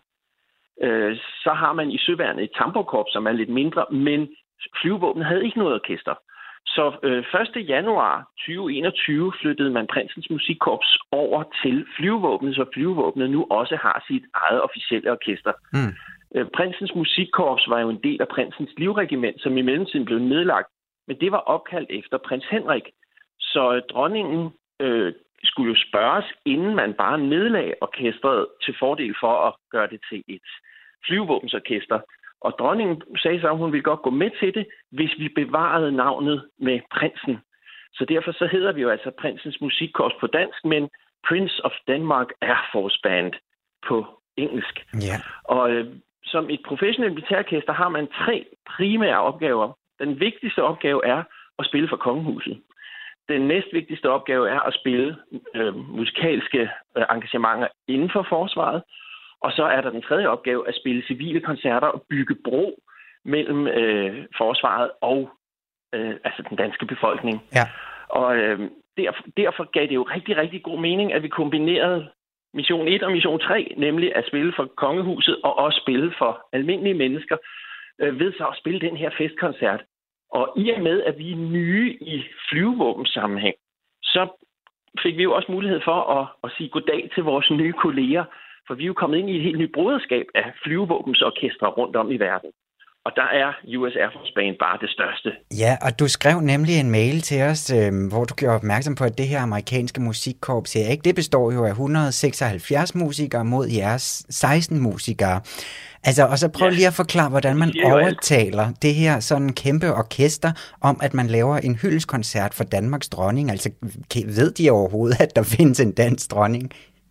Øh, så har man i Søværnet et Tamburkorps, som er lidt mindre, men flyvevåbnet havde ikke noget orkester. Så øh, første januar tyve enogtyve flyttede man Prinsens Musikkorps over til flyvevåbnet, så flyvevåbnet nu også har sit eget officielle orkester. Mm. Øh, Prinsens Musikkorps var jo en del af Prinsens Livregiment, som i mellemtiden blev nedlagt, men det var opkaldt efter prins Henrik. Så øh, dronningen øh, skulle jo spørges, inden man bare nedlagde orkestret til fordel for at gøre det til et flyvevåbensorkester. Og dronningen sagde så, at hun ville godt gå med til det, hvis vi bevarede navnet med prinsen. Så derfor så hedder vi jo altså Prinsens Musikkorps på dansk, men Prince of Denmark Air Force Band på engelsk. Yeah. Og øh, som et professionelt militærorkester har man tre primære opgaver. Den vigtigste opgave er at spille for kongehuset. Den næstvigtigste opgave er at spille øh, musikalske øh, engagementer inden for forsvaret. Og så er der den tredje opgave at spille civile koncerter og bygge bro mellem øh, forsvaret og øh, altså den danske befolkning. Ja. Og øh, derfor, derfor gav det jo rigtig, rigtig god mening, at vi kombinerede mission et og mission tre, nemlig at spille for kongehuset og også spille for almindelige mennesker, øh, ved så at spille den her festkoncert. Og i og med, at vi er nye i flyvevåbensammenhæng, så fik vi jo også mulighed for at, at sige goddag til vores nye kolleger, for vi er jo kommet ind i et helt nyt broderskab af flyvevåbensorkestre rundt om i verden. Og der er U S Air Force Band bare det største.
Ja, og du skrev nemlig en mail til os, øh, hvor du gjorde opmærksom på, at det her amerikanske musikkorps her, ikke? Det består jo af et hundrede og seksoghalvfjerds musikere mod jeres seksten musikere. Altså, og så prøv ja. lige at forklare, hvordan man overtaler alt. Det her sådan kæmpe orkester om, at man laver en hyldestkoncert for Danmarks dronning. Altså, ved de overhovedet, at der findes en dansk dronning?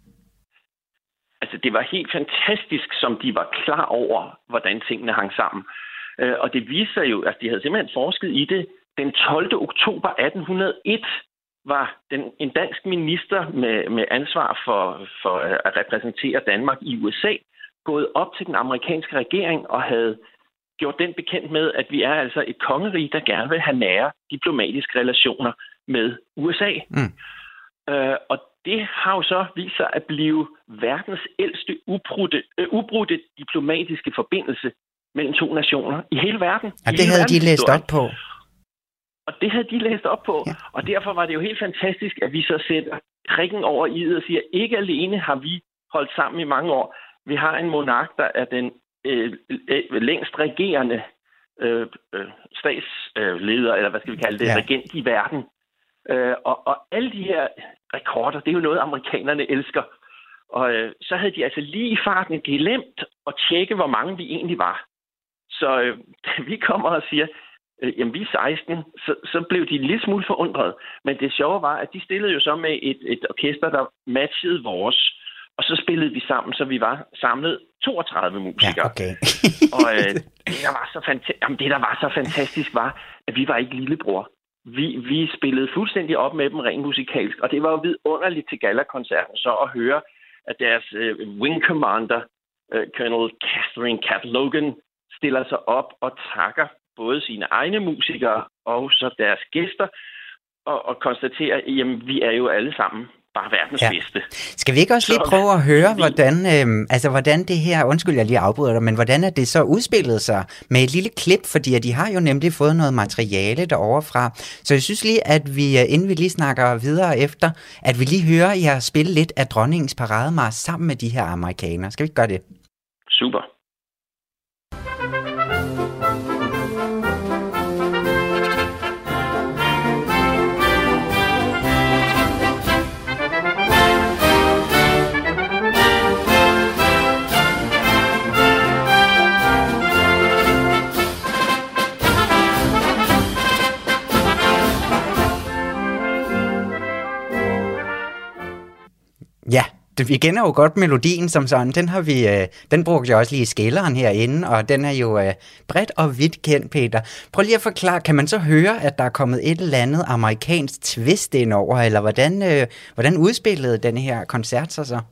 Altså, det var helt fantastisk, som de var klar over, hvordan tingene hang sammen. Og det viste sig jo, at de havde simpelthen forsket i det. Den tolvte oktober atten hundrede og en var den, en dansk minister med, med ansvar for, for at repræsentere Danmark i U S A gået op til den amerikanske regering og havde gjort den bekendt med, at vi er altså et kongerige, der gerne vil have nære diplomatiske relationer med U S A. Mm. Øh, og det har jo så vist sig at blive verdens ældste ubrudte, øh, ubrudte diplomatiske forbindelse mellem to nationer i hele verden.
Og det havde de læst op på.
Og det havde de læst op på. Ja. Og derfor var det jo helt fantastisk, at vi så sætter prikken over i det og siger, ikke alene har vi holdt sammen i mange år. Vi har en monark, der er den øh, øh, længst regerende øh, øh, statsleder, eller hvad skal vi kalde det, ja. regent i verden. Øh, og, og alle de her rekorder, det er jo noget, amerikanerne elsker. Og øh, så havde de altså lige i farten glemt at tjekke, hvor mange vi egentlig var. Så øh, da vi kommer og siger, øh, jamen vi er seksten, så, så blev de en lille smule forundret. Men det sjove var, at de stillede jo så med et, et orkester, der matchede vores. Og så spillede vi sammen, så vi var samlet toogtredive musikere.
Ja, okay.
og øh, det, der var så fanta- jamen, det, der var så fantastisk, var, at vi var ikke lillebror. Vi, vi spillede fuldstændig op med dem rent musikalsk, og det var jo vidunderligt til Gala-koncerten så at høre, at deres øh, wing commander, øh, Colonel Catherine Cat Logan, stiller sig op og takker både sine egne musikere og så deres gæster, og, og konstaterer, at jamen, vi er jo alle sammen bare verdens ja. bedste.
Skal vi ikke også lige prøve at høre, hvordan, øh, altså, hvordan det her, undskyld jeg lige afbryder dig, men hvordan er det så udspillet sig med et lille klip, fordi de har jo nemlig fået noget materiale derovre fra. Så jeg synes lige, at vi, inden vi lige snakker videre efter, at vi lige hører jer spille lidt af dronningens parademars sammen med de her amerikanere. Skal vi ikke gøre det?
Super.
Ja, vi kender jo godt melodien som sådan. Den har vi, øh, den brugte jeg også lige i skælderen herinde, og den er jo øh, bredt og vidt kendt, Peter. Prøv lige at forklare, kan man så høre, at der er kommet et eller andet amerikansk twist indover, eller hvordan, øh, hvordan udspillede den her koncert sig så?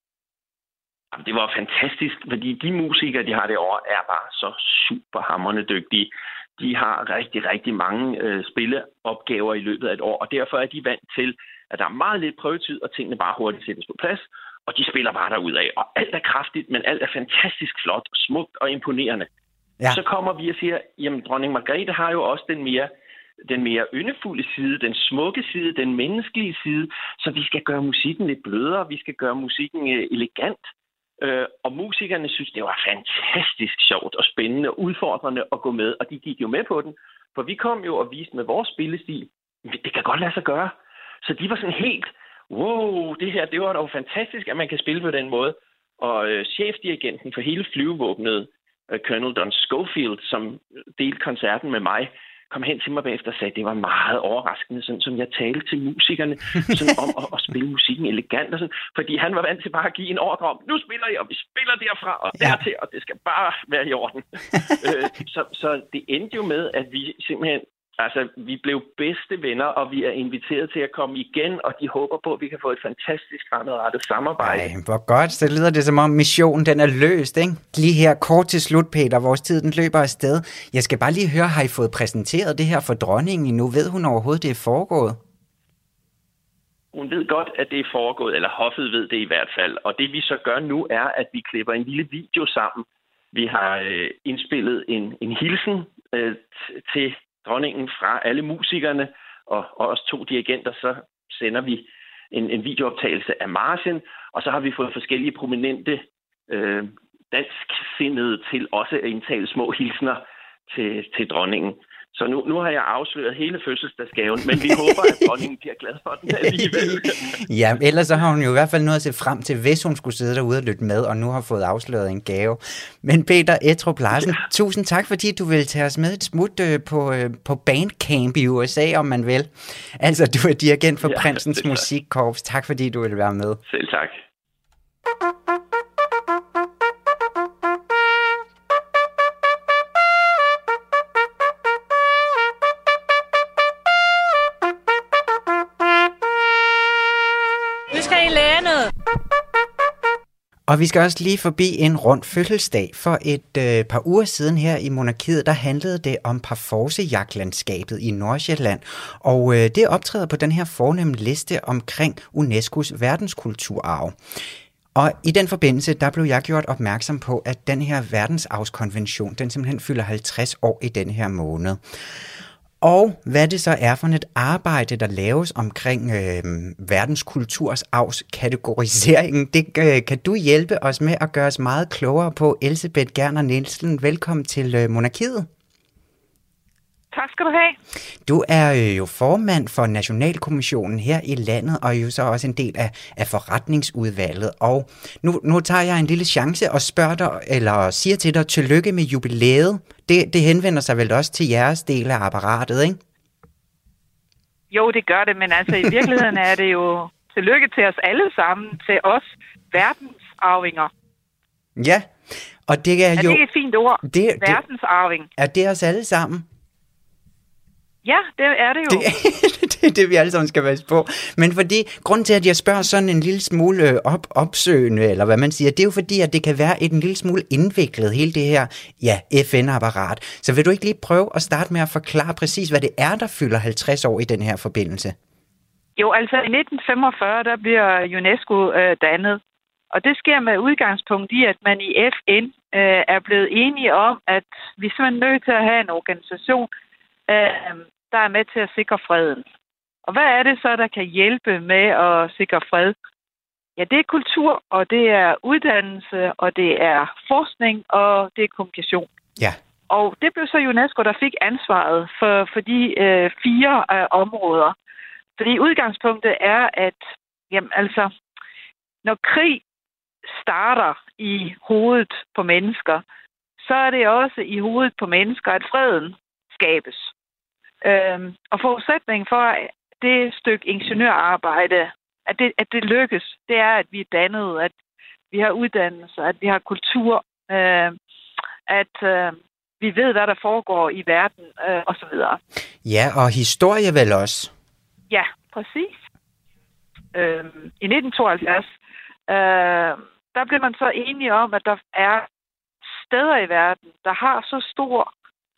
Det var fantastisk, fordi de musikere, de har derovre, er bare så super hamrende dygtige. De har rigtig, rigtig mange øh, spilleopgaver i løbet af et år, og derfor er de vant til, at der er meget lidt prøvetid, og tingene bare hurtigt sættes på plads, og de spiller bare derudad. Og alt er kraftigt, men alt er fantastisk flot, og smukt og imponerende. Ja. Så kommer vi og siger, jamen dronning Margrethe har jo også den mere, den mere yndefulde side, den smukke side, den menneskelige side, så vi skal gøre musikken lidt blødere, vi skal gøre musikken øh, elegant. Øh, og musikerne synes, det var fantastisk sjovt og spændende og udfordrende at gå med, og de gik jo med på den, for vi kom jo og viste med vores spillestil, det kan godt lade sig gøre. Så de var sådan helt, wow, det her, det var dog fantastisk, at man kan spille på den måde. Og øh, chefdirigenten for hele flyvevåbnet, øh, Colonel Don Schofield, som delte koncerten med mig, kom hen til mig bagefter og sagde, at det var meget overraskende, sådan som jeg talte til musikerne sådan om at, at spille musikken elegant. Og sådan, fordi han var vant til bare at give en ordre om, nu spiller jeg, og vi spiller derfra og dertil, og det skal bare være i orden. øh, så, så det endte jo med, at vi simpelthen, altså vi blev bedste venner, og vi er inviteret til at komme igen, og de håber på, at vi kan få et fantastisk fremadrettet samarbejde.
Ej, hvor godt. Så lyder det som om missionen, den er løst, ikke? Lige her kort til slut, Peter. Vores tid, den løber afsted. Jeg skal bare lige høre, har I fået præsenteret det her for dronningen nu? Ved hun overhovedet, det er foregået?
Hun ved godt, at det er foregået, eller hoffet ved det i hvert fald. Og det vi så gør nu, er, at vi klipper en lille video sammen. Vi har øh, indspillet en, en hilsen øh, t- til dronningen fra alle musikerne, og, og os to dirigenter, så sender vi en, en videooptagelse af marchen, og så har vi fået forskellige prominente øh, dansksindede til også at indtale små hilsner til, til dronningen. Så nu, nu har jeg afsløret hele fødselsdagsgaven, men vi håber, at dronningen bliver glad for den alligevel.
Ja, ellers så har hun jo i hvert fald noget at se frem til, hvis hun skulle sidde derude og lytte med, og nu har fået afsløret en gave. Men Peter Ettrup Larsen, ja. Tusind tak, fordi du vil tage os med et smut øh, på, øh, på Bandcamp i U S A, om man vil. Altså, du er dirigent for ja, Prinsens Musikkorps. Tak, fordi du vil være med.
Selv tak.
Og vi skal også lige forbi en rund fødselsdag. For et øh, par uger siden her i monarkiet, der handlede det om Parforce-jagtlandskabet i Nordsjælland. Og øh, det optræder på den her fornemme liste omkring UNESCO's verdenskulturarv. Og i den forbindelse, der blev jeg gjort opmærksom på, at den her verdensarvskonvention, den simpelthen fylder halvtreds år i den her måned. Og hvad det så er for et arbejde, der laves omkring øh, verdenskultursarvskategoriseringen, det øh, kan du hjælpe os med at gøre os meget klogere på. Elsebeth Gerner Nielsen, velkommen til øh, monarkiet.
Tak skal du have.
Du er øh, jo formand for Nationalkommissionen her i landet, og er jo så også en del af, af forretningsudvalget. Og nu, nu tager jeg en lille chance og spørger dig, eller siger til dig, tillykke med jubilæet. Det, det henvender sig vel også til jeres del af apparatet, ikke?
Jo, det gør det, men altså i virkeligheden er det jo tillykke til os alle sammen, til os verdensarvinger.
Ja, og det er, er jo...
Er det et fint ord?
Det,
verdensarving.
Det, er det os alle sammen?
Ja, det er det jo.
Det, det er det, vi alle sammen skal passe på. Men fordi, grund til, at jeg spørger sådan en lille smule op, opsøgende, eller hvad man siger, det er jo fordi, at det kan være en lille smule indviklet, hele det her, ja, F N-apparat. Så vil du ikke lige prøve at starte med at forklare præcis, hvad det er, der fylder halvtreds år i den her forbindelse?
Jo, altså i nitten femogfyrre, der bliver UNESCO øh, dannet. Og det sker med udgangspunkt i, at man i F N øh, er blevet enige om, at vi er simpelthen nødt til at have en organisation, øh, der er med til at sikre freden. Og hvad er det så, der kan hjælpe med at sikre fred? Ja, det er kultur, og det er uddannelse, og det er forskning, og det er kommunikation.
Ja.
Og det blev så UNESCO, der fik ansvaret for, for de øh, fire øh, områder. Fordi udgangspunktet er, at jamen, altså, når krig starter i hovedet på mennesker, så er det også i hovedet på mennesker, at freden skabes. Øhm, og forudsætningen for det stykke ingeniørarbejde, at det, at det lykkes, det er, at vi er dannet, at vi har uddannelse, at vi har kultur, øh, at øh, vi ved, hvad der foregår i verden, øh, osv.
Ja, og historie vel også.
Ja, præcis. Øhm, I nitten tooghalvfjerds, øh, der blev man så enige om, at der er steder i verden, der har så stor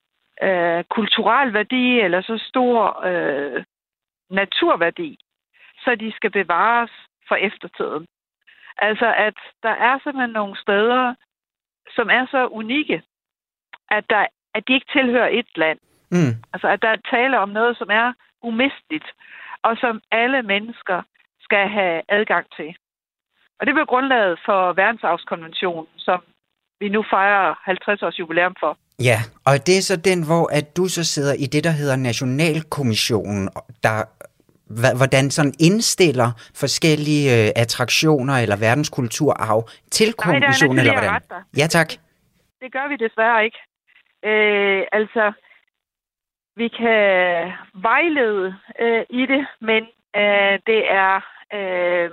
øh, kulturel værdi, eller så stor øh, naturværdi, så de skal bevares for eftertiden. Altså, at der er simpelthen nogle steder, som er så unikke, at, der, at de ikke tilhører et land.
Mm.
Altså, at der er tale om noget, som er umisteligt, og som alle mennesker skal have adgang til. Og det blev grundlaget for verdensarvskonventionen, som vi nu fejrer halvtreds års jubilæum for.
Ja, og det er så den, hvor at du så sidder i det, der hedder Nationalkommissionen, der hvordan sådan indstiller forskellige øh, attraktioner eller verdenskulturarv til kommissionen, eller hvordan? Ja, tak.
Det gør vi desværre ikke. Øh, altså, vi kan vejlede øh, i det, men øh, det er øh,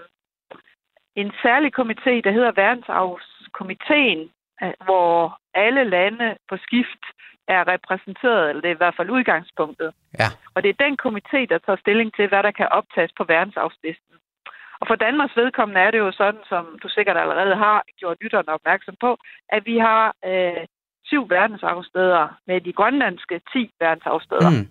en særlig komité, der hedder Verdensarvskomiteen, øh, hvor alle lande på skift er repræsenteret, eller det er i hvert fald udgangspunktet.
Ja.
Og det er den komité, der tager stilling til, hvad der kan optages på verdensarvslisten. Og for Danmarks vedkommende er det jo sådan, som du sikkert allerede har gjort lytterne opmærksom på, at vi har øh, syv verdensarvssteder med de grønlandske ti verdensarvssteder.
Mm.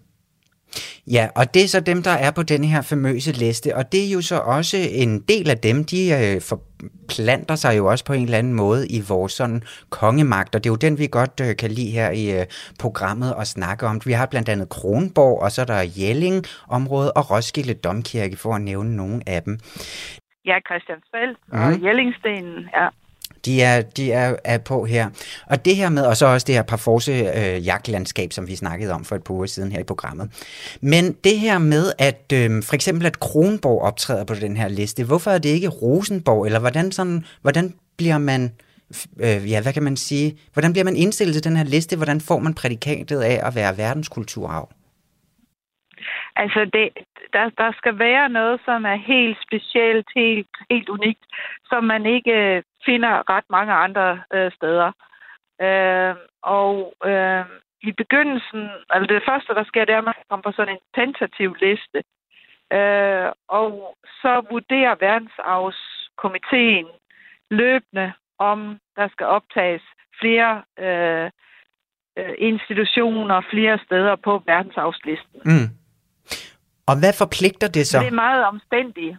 Ja, og det er så dem, der er på denne her famøse liste, og det er jo så også en del af dem, de øh, forplanter sig jo også på en eller anden måde i vores sådan kongemagt, og det er jo den, vi godt øh, kan lide her i øh, programmet og snakke om. Vi har blandt andet Kronborg, og så er der Jelling-området og Roskilde Domkirke, for at nævne nogle af dem.
Ja, Christiansfeld mm. og Jellingstenen, ja.
De er, de er, er på her. Og det her med, og så også det her Parforce øh, jagtlandskab, som vi snakkede om for et par uger siden her i programmet. Men det her med, at øh, for eksempel at Kronborg optræder på den her liste, hvorfor er det ikke Rosenborg, eller hvordan, sådan, hvordan bliver man, øh, ja, hvad kan man sige, hvordan bliver man indstillet til den her liste, hvordan får man prædikatet af at være verdenskulturarv?
Altså, det, der, der skal være noget, som er helt specielt, helt, helt unikt, som man ikke øh, finder ret mange andre øh, steder. Øh, og øh, i begyndelsen, altså det første, der sker, det er, at man kommer på sådan en tentativ liste. Øh, og så vurderer verdensarvskomiteen løbende, om der skal optages flere øh, institutioner, flere steder på verdensarvslisten.
Mm. Og hvad forpligter det så?
Det er meget omstændigt.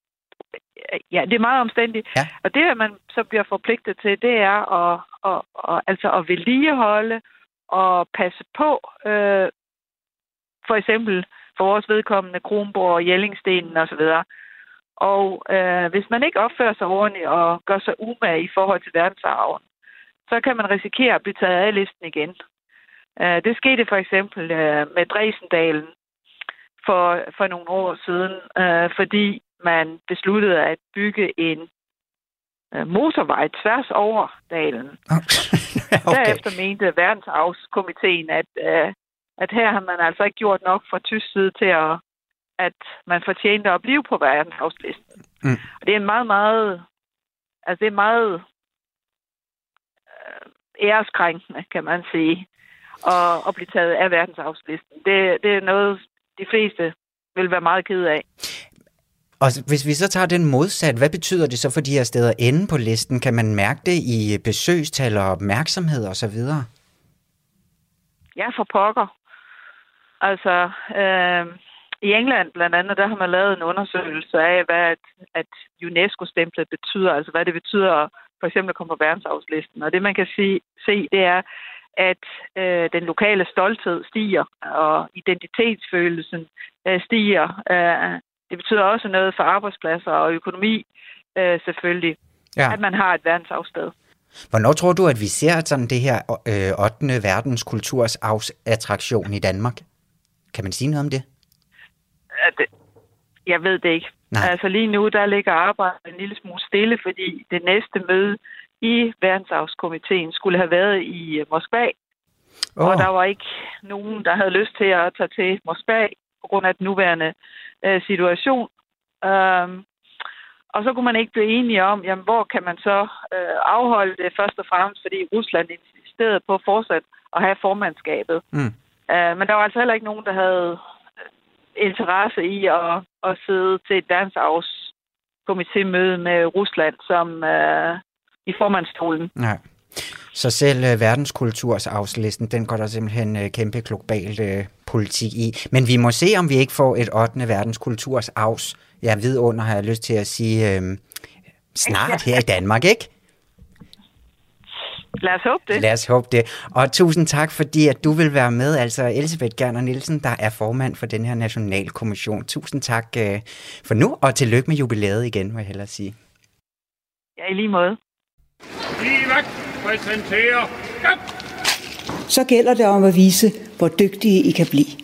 Ja, det er meget omstændigt.
Ja.
Og det, man så bliver forpligtet til, det er at, at, at, altså at vedligeholde og passe på, øh, for eksempel for vores vedkommende Kronborg og Jellingstenen osv. Og øh, hvis man ikke opfører sig ordentligt og gør sig umage i forhold til verdensarven, så kan man risikere at blive taget af listen igen. Uh, det skete for eksempel uh, med Dresendalen for, for nogle år siden, uh, fordi man besluttede at bygge en uh, motorvej tværs over dalen. Okay. Derefter mente verdensarvskomiteen, at, uh, at her har man altså ikke gjort nok fra tysk side til at, at man fortjente at blive på verdensarvslisten. Mm. Og det er en meget, meget, altså det er meget uh, æreskrænkende, kan man sige, at, at blive taget af verdensarvslisten. Det, det er noget, de fleste vil være meget ked af.
Og hvis vi så tager den modsat, hvad betyder det så for de her steder inde på listen? Kan man mærke det i besøgstal og opmærksomhed og så videre?
Ja, for pokker. Altså, øh, i England blandt andet, der har man lavet en undersøgelse af, hvad at, at UNESCO-stemplet betyder, altså hvad det betyder for eksempel at komme på verdensarvslisten. Og det man kan se, se det er, at øh, den lokale stolthed stiger, og identitetsfølelsen øh, stiger. Øh, det betyder også noget for arbejdspladser og økonomi, øh, selvfølgelig, ja. At man har et verdensarvssted.
Hvornår tror du, at vi ser sådan det her øh, ottende verdens kultursarvsattraktion i Danmark? Kan man sige noget om det?
det jeg ved det ikke. Nej. Altså lige nu, der ligger arbejdet en lille smule stille, fordi det næste møde i verdensarvskomiteen skulle have været i Moskva. Oh. Og der var ikke nogen, der havde lyst til at tage til Moskva på grund af den nuværende øh, situation. Um, og så kunne man ikke blive enige om, jamen, hvor kan man så øh, afholde det først og fremmest, fordi Rusland insisterede på fortsat at have formandskabet. Mm. Uh, men der var altså heller ikke nogen, der havde interesse i at, at sidde til et verdensarvskomitémøde med Rusland som øh, i formandsstolen.
Nej. Så selv øh, verdenskultursarvslisten, den går der simpelthen øh, kæmpe global øh, politik i. Men vi må se, om vi ikke får et ottende verdenskultursarvs. Jeg ved under, har jeg lyst til at sige, øh, snart her i Danmark, ikke?
Lad os håbe det.
Lad os håbe det. Og tusind tak, fordi at du vil være med, altså Elsebeth Gerner Nielsen, der er formand for den her nationalkommission. Tusind tak øh, for nu, og tillykke med jubilæet igen, må jeg hellere sige.
Ja, i lige måde.
Så gælder det om at vise, hvor dygtige I kan blive.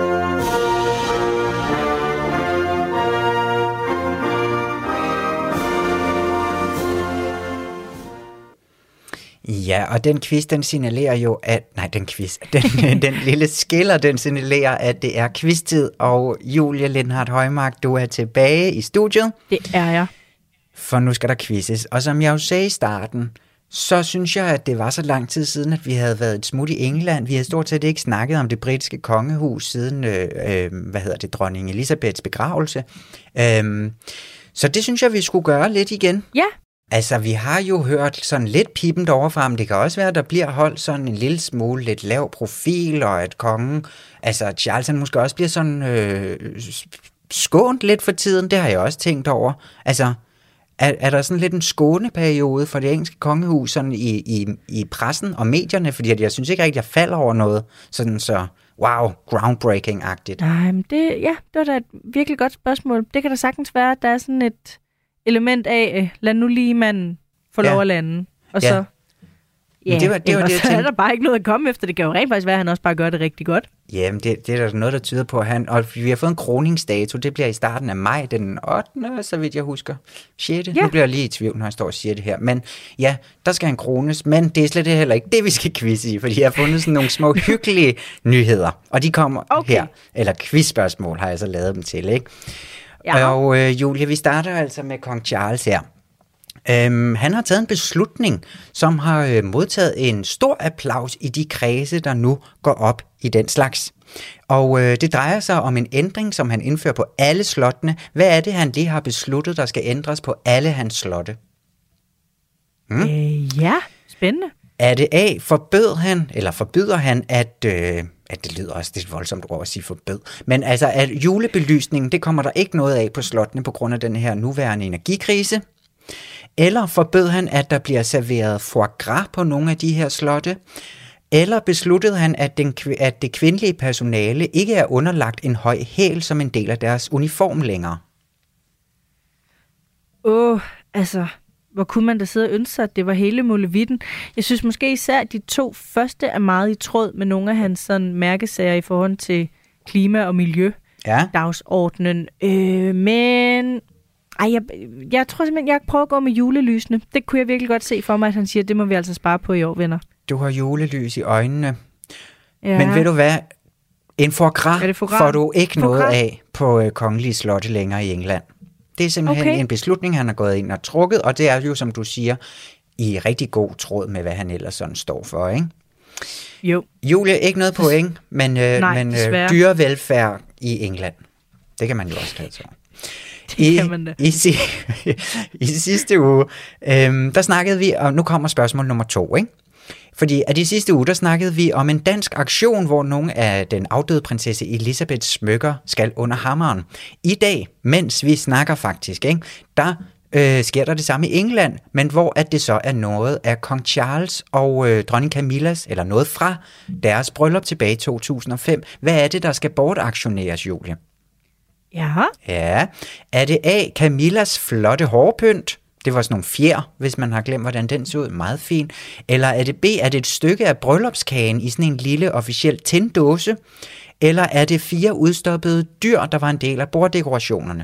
Ja, og den quiz, den signalerer jo, at... Nej, den quiz. Den, den lille skiller, den signalerer, at det er quiz-tid. Og Julie Lindhardt Højmark, du er tilbage i studiet.
Det er jeg.
For nu skal der quizzes. Og som jeg jo sagde i starten, så synes jeg, at det var så lang tid siden, at vi havde været et smut i England. Vi havde stort set ikke snakket om det britiske kongehus siden, øh, øh, hvad hedder det, dronning Elisabeths begravelse. Øh, så det synes jeg, vi skulle gøre lidt igen.
Ja.
Altså, vi har jo hørt sådan lidt pipent overfra, men det kan også være, at der bliver holdt sådan en lille smule lidt lav profil, og at kongen, altså Charles, han måske også bliver sådan øh, skånt lidt for tiden. Det har jeg også tænkt over. Altså, er, er der sådan lidt en skåneperiode for det engelske kongehus sådan i, i, i pressen og medierne? Fordi jeg synes ikke rigtig, jeg falder over noget sådan så, wow, groundbreaking-agtigt.
Nej, men det, ja, det var da et virkelig godt spørgsmål. Det kan da sagtens være, at der er sådan et element af, lad nu lige manden få lov ja. At lande. Og
ja.
så, ja,
det var, det var det, jeg
så er der bare ikke noget at komme efter. Det kan jo rent faktisk være, at han også bare gør det rigtig godt.
Jamen, det, det er der noget, der tyder på, at han... Og vi har fået en kroningsdato, det bliver i starten af maj, den ottende, så vidt jeg husker. sjette Ja. Nu bliver jeg lige i tvivl, når jeg står og siger det her. Men ja, der skal han krones, men det er slet heller ikke det, vi skal quizze i, fordi jeg har fundet sådan nogle små hyggelige nyheder, og de kommer okay. her. Eller quizspørgsmål har jeg så lavet dem til, ikke? Ja. Og øh, Julia, vi starter altså med kong Charles her. Øhm, han har taget en beslutning, som har øh, modtaget en stor applaus i de kredse, der nu går op i den slags. Og øh, det drejer sig om en ændring, som han indfører på alle slottene. Hvad er det, han lige har besluttet, der skal ændres på alle hans slotte?
Hmm? Øh, ja, spændende.
Er det A, forbød han, eller forbyder han, at... Øh, at det lyder også lidt voldsomt ord at sige forbød. Men altså, at julebelysningen, det kommer der ikke noget af på slottene på grund af den her nuværende energikrise. Eller forbød han, at der bliver serveret foie gras på nogle af de her slotte. Eller besluttede han, at, den, at det kvindelige personale ikke er underlagt en høj hæl som en del af deres uniform længere.
Åh, oh, altså, hvor kunne man da sidde og ønske sig, at det var hele muligheden. Jeg synes måske især, at de to første er meget i tråd med nogle af hans sådan, mærkesager i forhold til klima og miljø.
Ja.
Dagsordnen. Øh, men ej, jeg, jeg tror simpelthen, jeg prøver at gå med julelysene. Det kunne jeg virkelig godt se for mig, at han siger, at det må vi altså spare på i år, venner.
Du har julelys i øjnene.
Ja.
Men ved du hvad? En foie gras får du ikke noget af på øh, kongelige slotte længere i England. Det er simpelthen okay. en beslutning, han har gået ind og trukket, og det er jo, som du siger, i rigtig god tråd med, hvad han ellers sådan står for, ikke?
Jo.
Julie, ikke noget point, men, øh,
Nej,
men øh, dyrevelfærd i England. Det kan man jo også kalde sig. I, kan man i, i, I sidste uge, øh, der snakkede vi, og nu kommer spørgsmål nummer to, ikke? Fordi at i sidste uge, der snakkede vi om en dansk aktion, hvor nogle af den afdøde prinsesse Elisabeths smykker skal under hammeren. I dag, mens vi snakker faktisk, ikke, der øh, sker der det samme i England, men hvor at det så er noget af kong Charles og øh, dronning Camillas, eller noget fra deres bryllup tilbage i to tusind og fem. Hvad er det, der skal bortaktioneres, Julie?
Ja.
Ja. Er det A, Camillas flotte hårpynt? Det var sådan nogle fjer, hvis man har glemt, hvordan den så ud. Meget fin. Eller er det B, er det et stykke af bryllupskagen i sådan en lille officiel tinddåse? Eller er det fire udstoppede dyr, der var en del af borddekorationerne?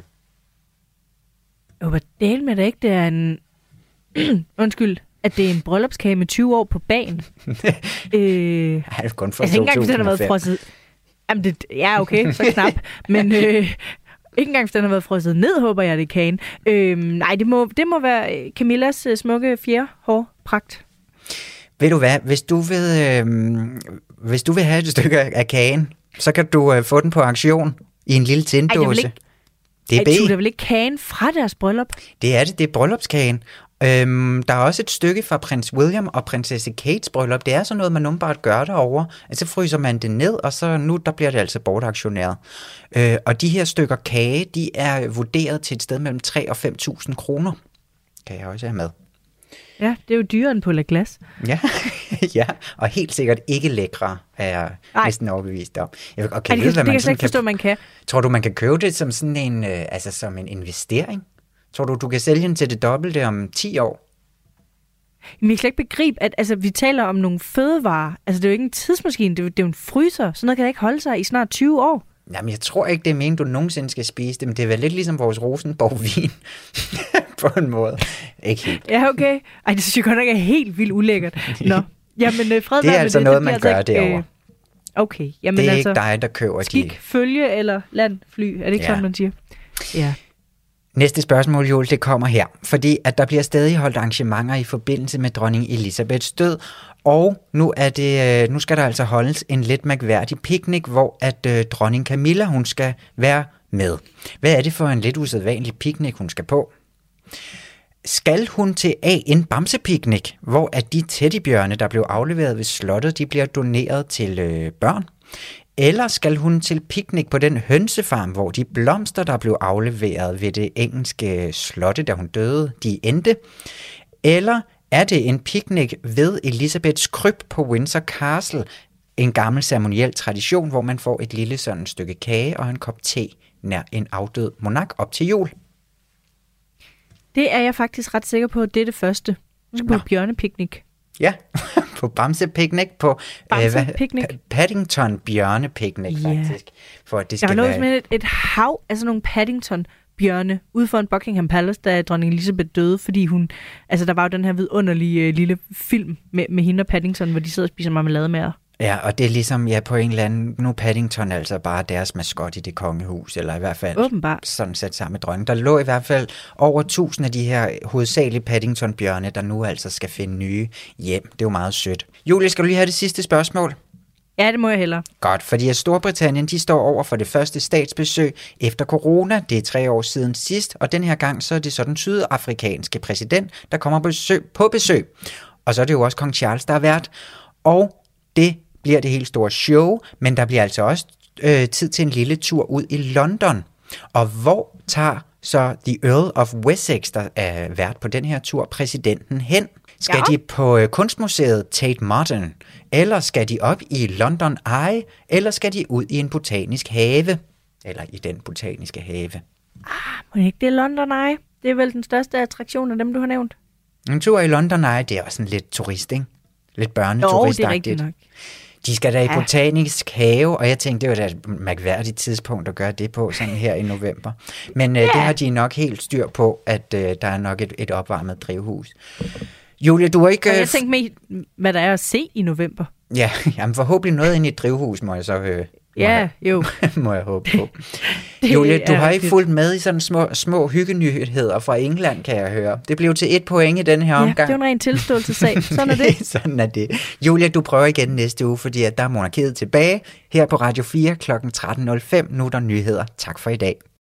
Jo, hvad del med det ikke? Det er en... Undskyld. At det er en bryllupskage med tyve år på bagen. øh...
Ej, det er kun for
altså, ikke engang, hvis den har været frosset... Jamen, det... Ja, okay, så knap. Men... Øh... Ikke engang, hvis den har været frosset ned, håber jeg, det er kagen. Øhm, nej, det må, det må være Camillas uh, smukke fjerhårpragt.
Ved du hvad, hvis du vil, øh, hvis du vil have et stykke af kagen, så kan du øh, få den på auktion i en lille tinddåse. Det er B.
Det er vel ikke kagen fra deres bryllup?
Det er det, det er bryllupskagen. Øhm, der er også et stykke fra prins William og prinsesse Kates bryllup. Det er sådan noget, man åbenbart gør derovre. Altså fryser man det ned, og så nu der bliver det altså bortaktioneret. Øh, og de her stykker kage, de er vurderet til et sted mellem tre og fem tusind kroner. Kan jeg også have med.
Ja, det er jo dyrere end på La Glace.
Ja, ja, og helt sikkert ikke lækre, er jeg Ej. næsten overbevist om. Jeg, okay,
Ej, det,
ved,
det, det
man
kan jeg slet ikke forstå, man kan.
Tror du, man kan købe det som sådan en, øh, altså som en investering? Tror du, du kan sælge den til det dobbelte om ti år?
Men jeg kan ikke begribe, at altså, vi taler om nogle fødevarer. Altså, det er jo ikke en tidsmaskine, det er jo, det er jo en fryser. Sådan noget kan da ikke holde sig i snart tyve år.
Jamen, jeg tror ikke, det er meningen, du nogensinde skal spise det, men det er vel lidt ligesom vores Rosenborg-vin. På en måde. Ikke helt.
Ja, okay. Ej, det synes jeg godt nok er helt vildt ulækkert. Nå. Jamen, fred
det er altså
det.
noget,
det
man gør
altså
derovre.
Øh... Okay. Jamen,
det er
altså,
ikke dig, der køber de...
skik, følge eller landfly. Er det ikke ja. sådan, man siger? Ja.
Næste spørgsmål, Joel, det kommer her. Fordi at der bliver stadig holdt arrangementer i forbindelse med dronning Elisabeths død. Og nu, er det, nu skal der altså holdes en lidt mærkværdig picnic, hvor at øh, dronning Camilla, hun skal være med. Hvad er det for en lidt usædvanlig picnic, hun skal på? Skal hun til A, en bamsepicnic, hvor at de teddybjørne, der blev afleveret ved slottet, de bliver doneret til øh, børn? Eller skal hun til picnic på den hønsefarm, hvor de blomster, der blev afleveret ved det engelske slotte, da hun døde, de endte? Eller er det en picnic ved Elisabeths krypt på Windsor Castle, en gammel ceremoniel tradition, hvor man får et lille sådan stykke kage og en kop te nær en afdød monark op til jul?
Det er jeg faktisk ret sikker på, at det er det første. Nu skal på bjørnepicnic.
Ja, på bamsepicnic, på
Bamsepicnic.
Øh, Paddington bjørnepicnic
yeah.
faktisk. For at det skal
der var
være...
noget et, et hav af sådan nogle Paddington bjørne ude for en Buckingham Palace, da dronning Elizabeth døde, fordi hun, altså der var jo den her vidunderlige øh, lille film med, med hende og Paddington, hvor de sidder og spiser marmelade med.
Ja, og det er ligesom, ja, på en eller anden, nu Paddington altså bare deres maskot i det kongehus, eller i hvert fald
åbenbart
sådan sat sammen med dronningen. Der lå i hvert fald over tusind af de her hovedsagelige Paddington-bjørne, der nu altså skal finde nye hjem. Det er jo meget sødt. Julie, skal du lige have det sidste spørgsmål?
Ja, det må jeg hellere.
Godt, fordi at Storbritannien, de står over for det første statsbesøg efter corona. Det er tre år siden sidst, og den her gang, så er det så den sydafrikanske præsident, der kommer på besøg, på besøg. Og så er det jo også kong Charles, der er vært. Og det bliver det helt store show, men der bliver altså også øh, tid til en lille tur ud i London. Og hvor tager så The Earl of Wessex, der er vært på den her tur, præsidenten hen? Skal ja. de på øh, kunstmuseet Tate Modern, eller skal de op i London Eye, eller skal de ud i en botanisk have? Eller i den botaniske have?
Ah, må ikke det er London Eye? Det er vel den største attraktion af dem, du har nævnt?
En tur i London, nej, det er også sådan lidt turist, ikke? Lidt børneturistagtigt.
Jo, det er rigtigt nok.
De skal da i
Ja.
botanisk have, og jeg tænkte, det var da et mærkværdigt tidspunkt at gøre det på, sådan her i november. Men øh, det har de nok helt styr på, at øh, der er nok et, et opvarmet drivhus. Julia, du har ikke...
Og jeg tænkte med, hvad der er at se i november.
Ja, jamen forhåbentlig noget ind i et drivhus, må jeg så høre.
Ja, jo.
må jeg håbe på. Julia, du har ikke
rigtigt.
fulgt med i sådan små, små hyggenyheder fra England, kan jeg høre. Det blev til et point i den her
Ja,
omgang.
det er jo en ren tilståelsessag. Sådan er det.
Sådan er det. Julia, du prøver igen næste uge, fordi at der er Monarkiet tilbage her på Radio fire klokken tretten nul fem. Nu er der nyheder. Tak for i dag.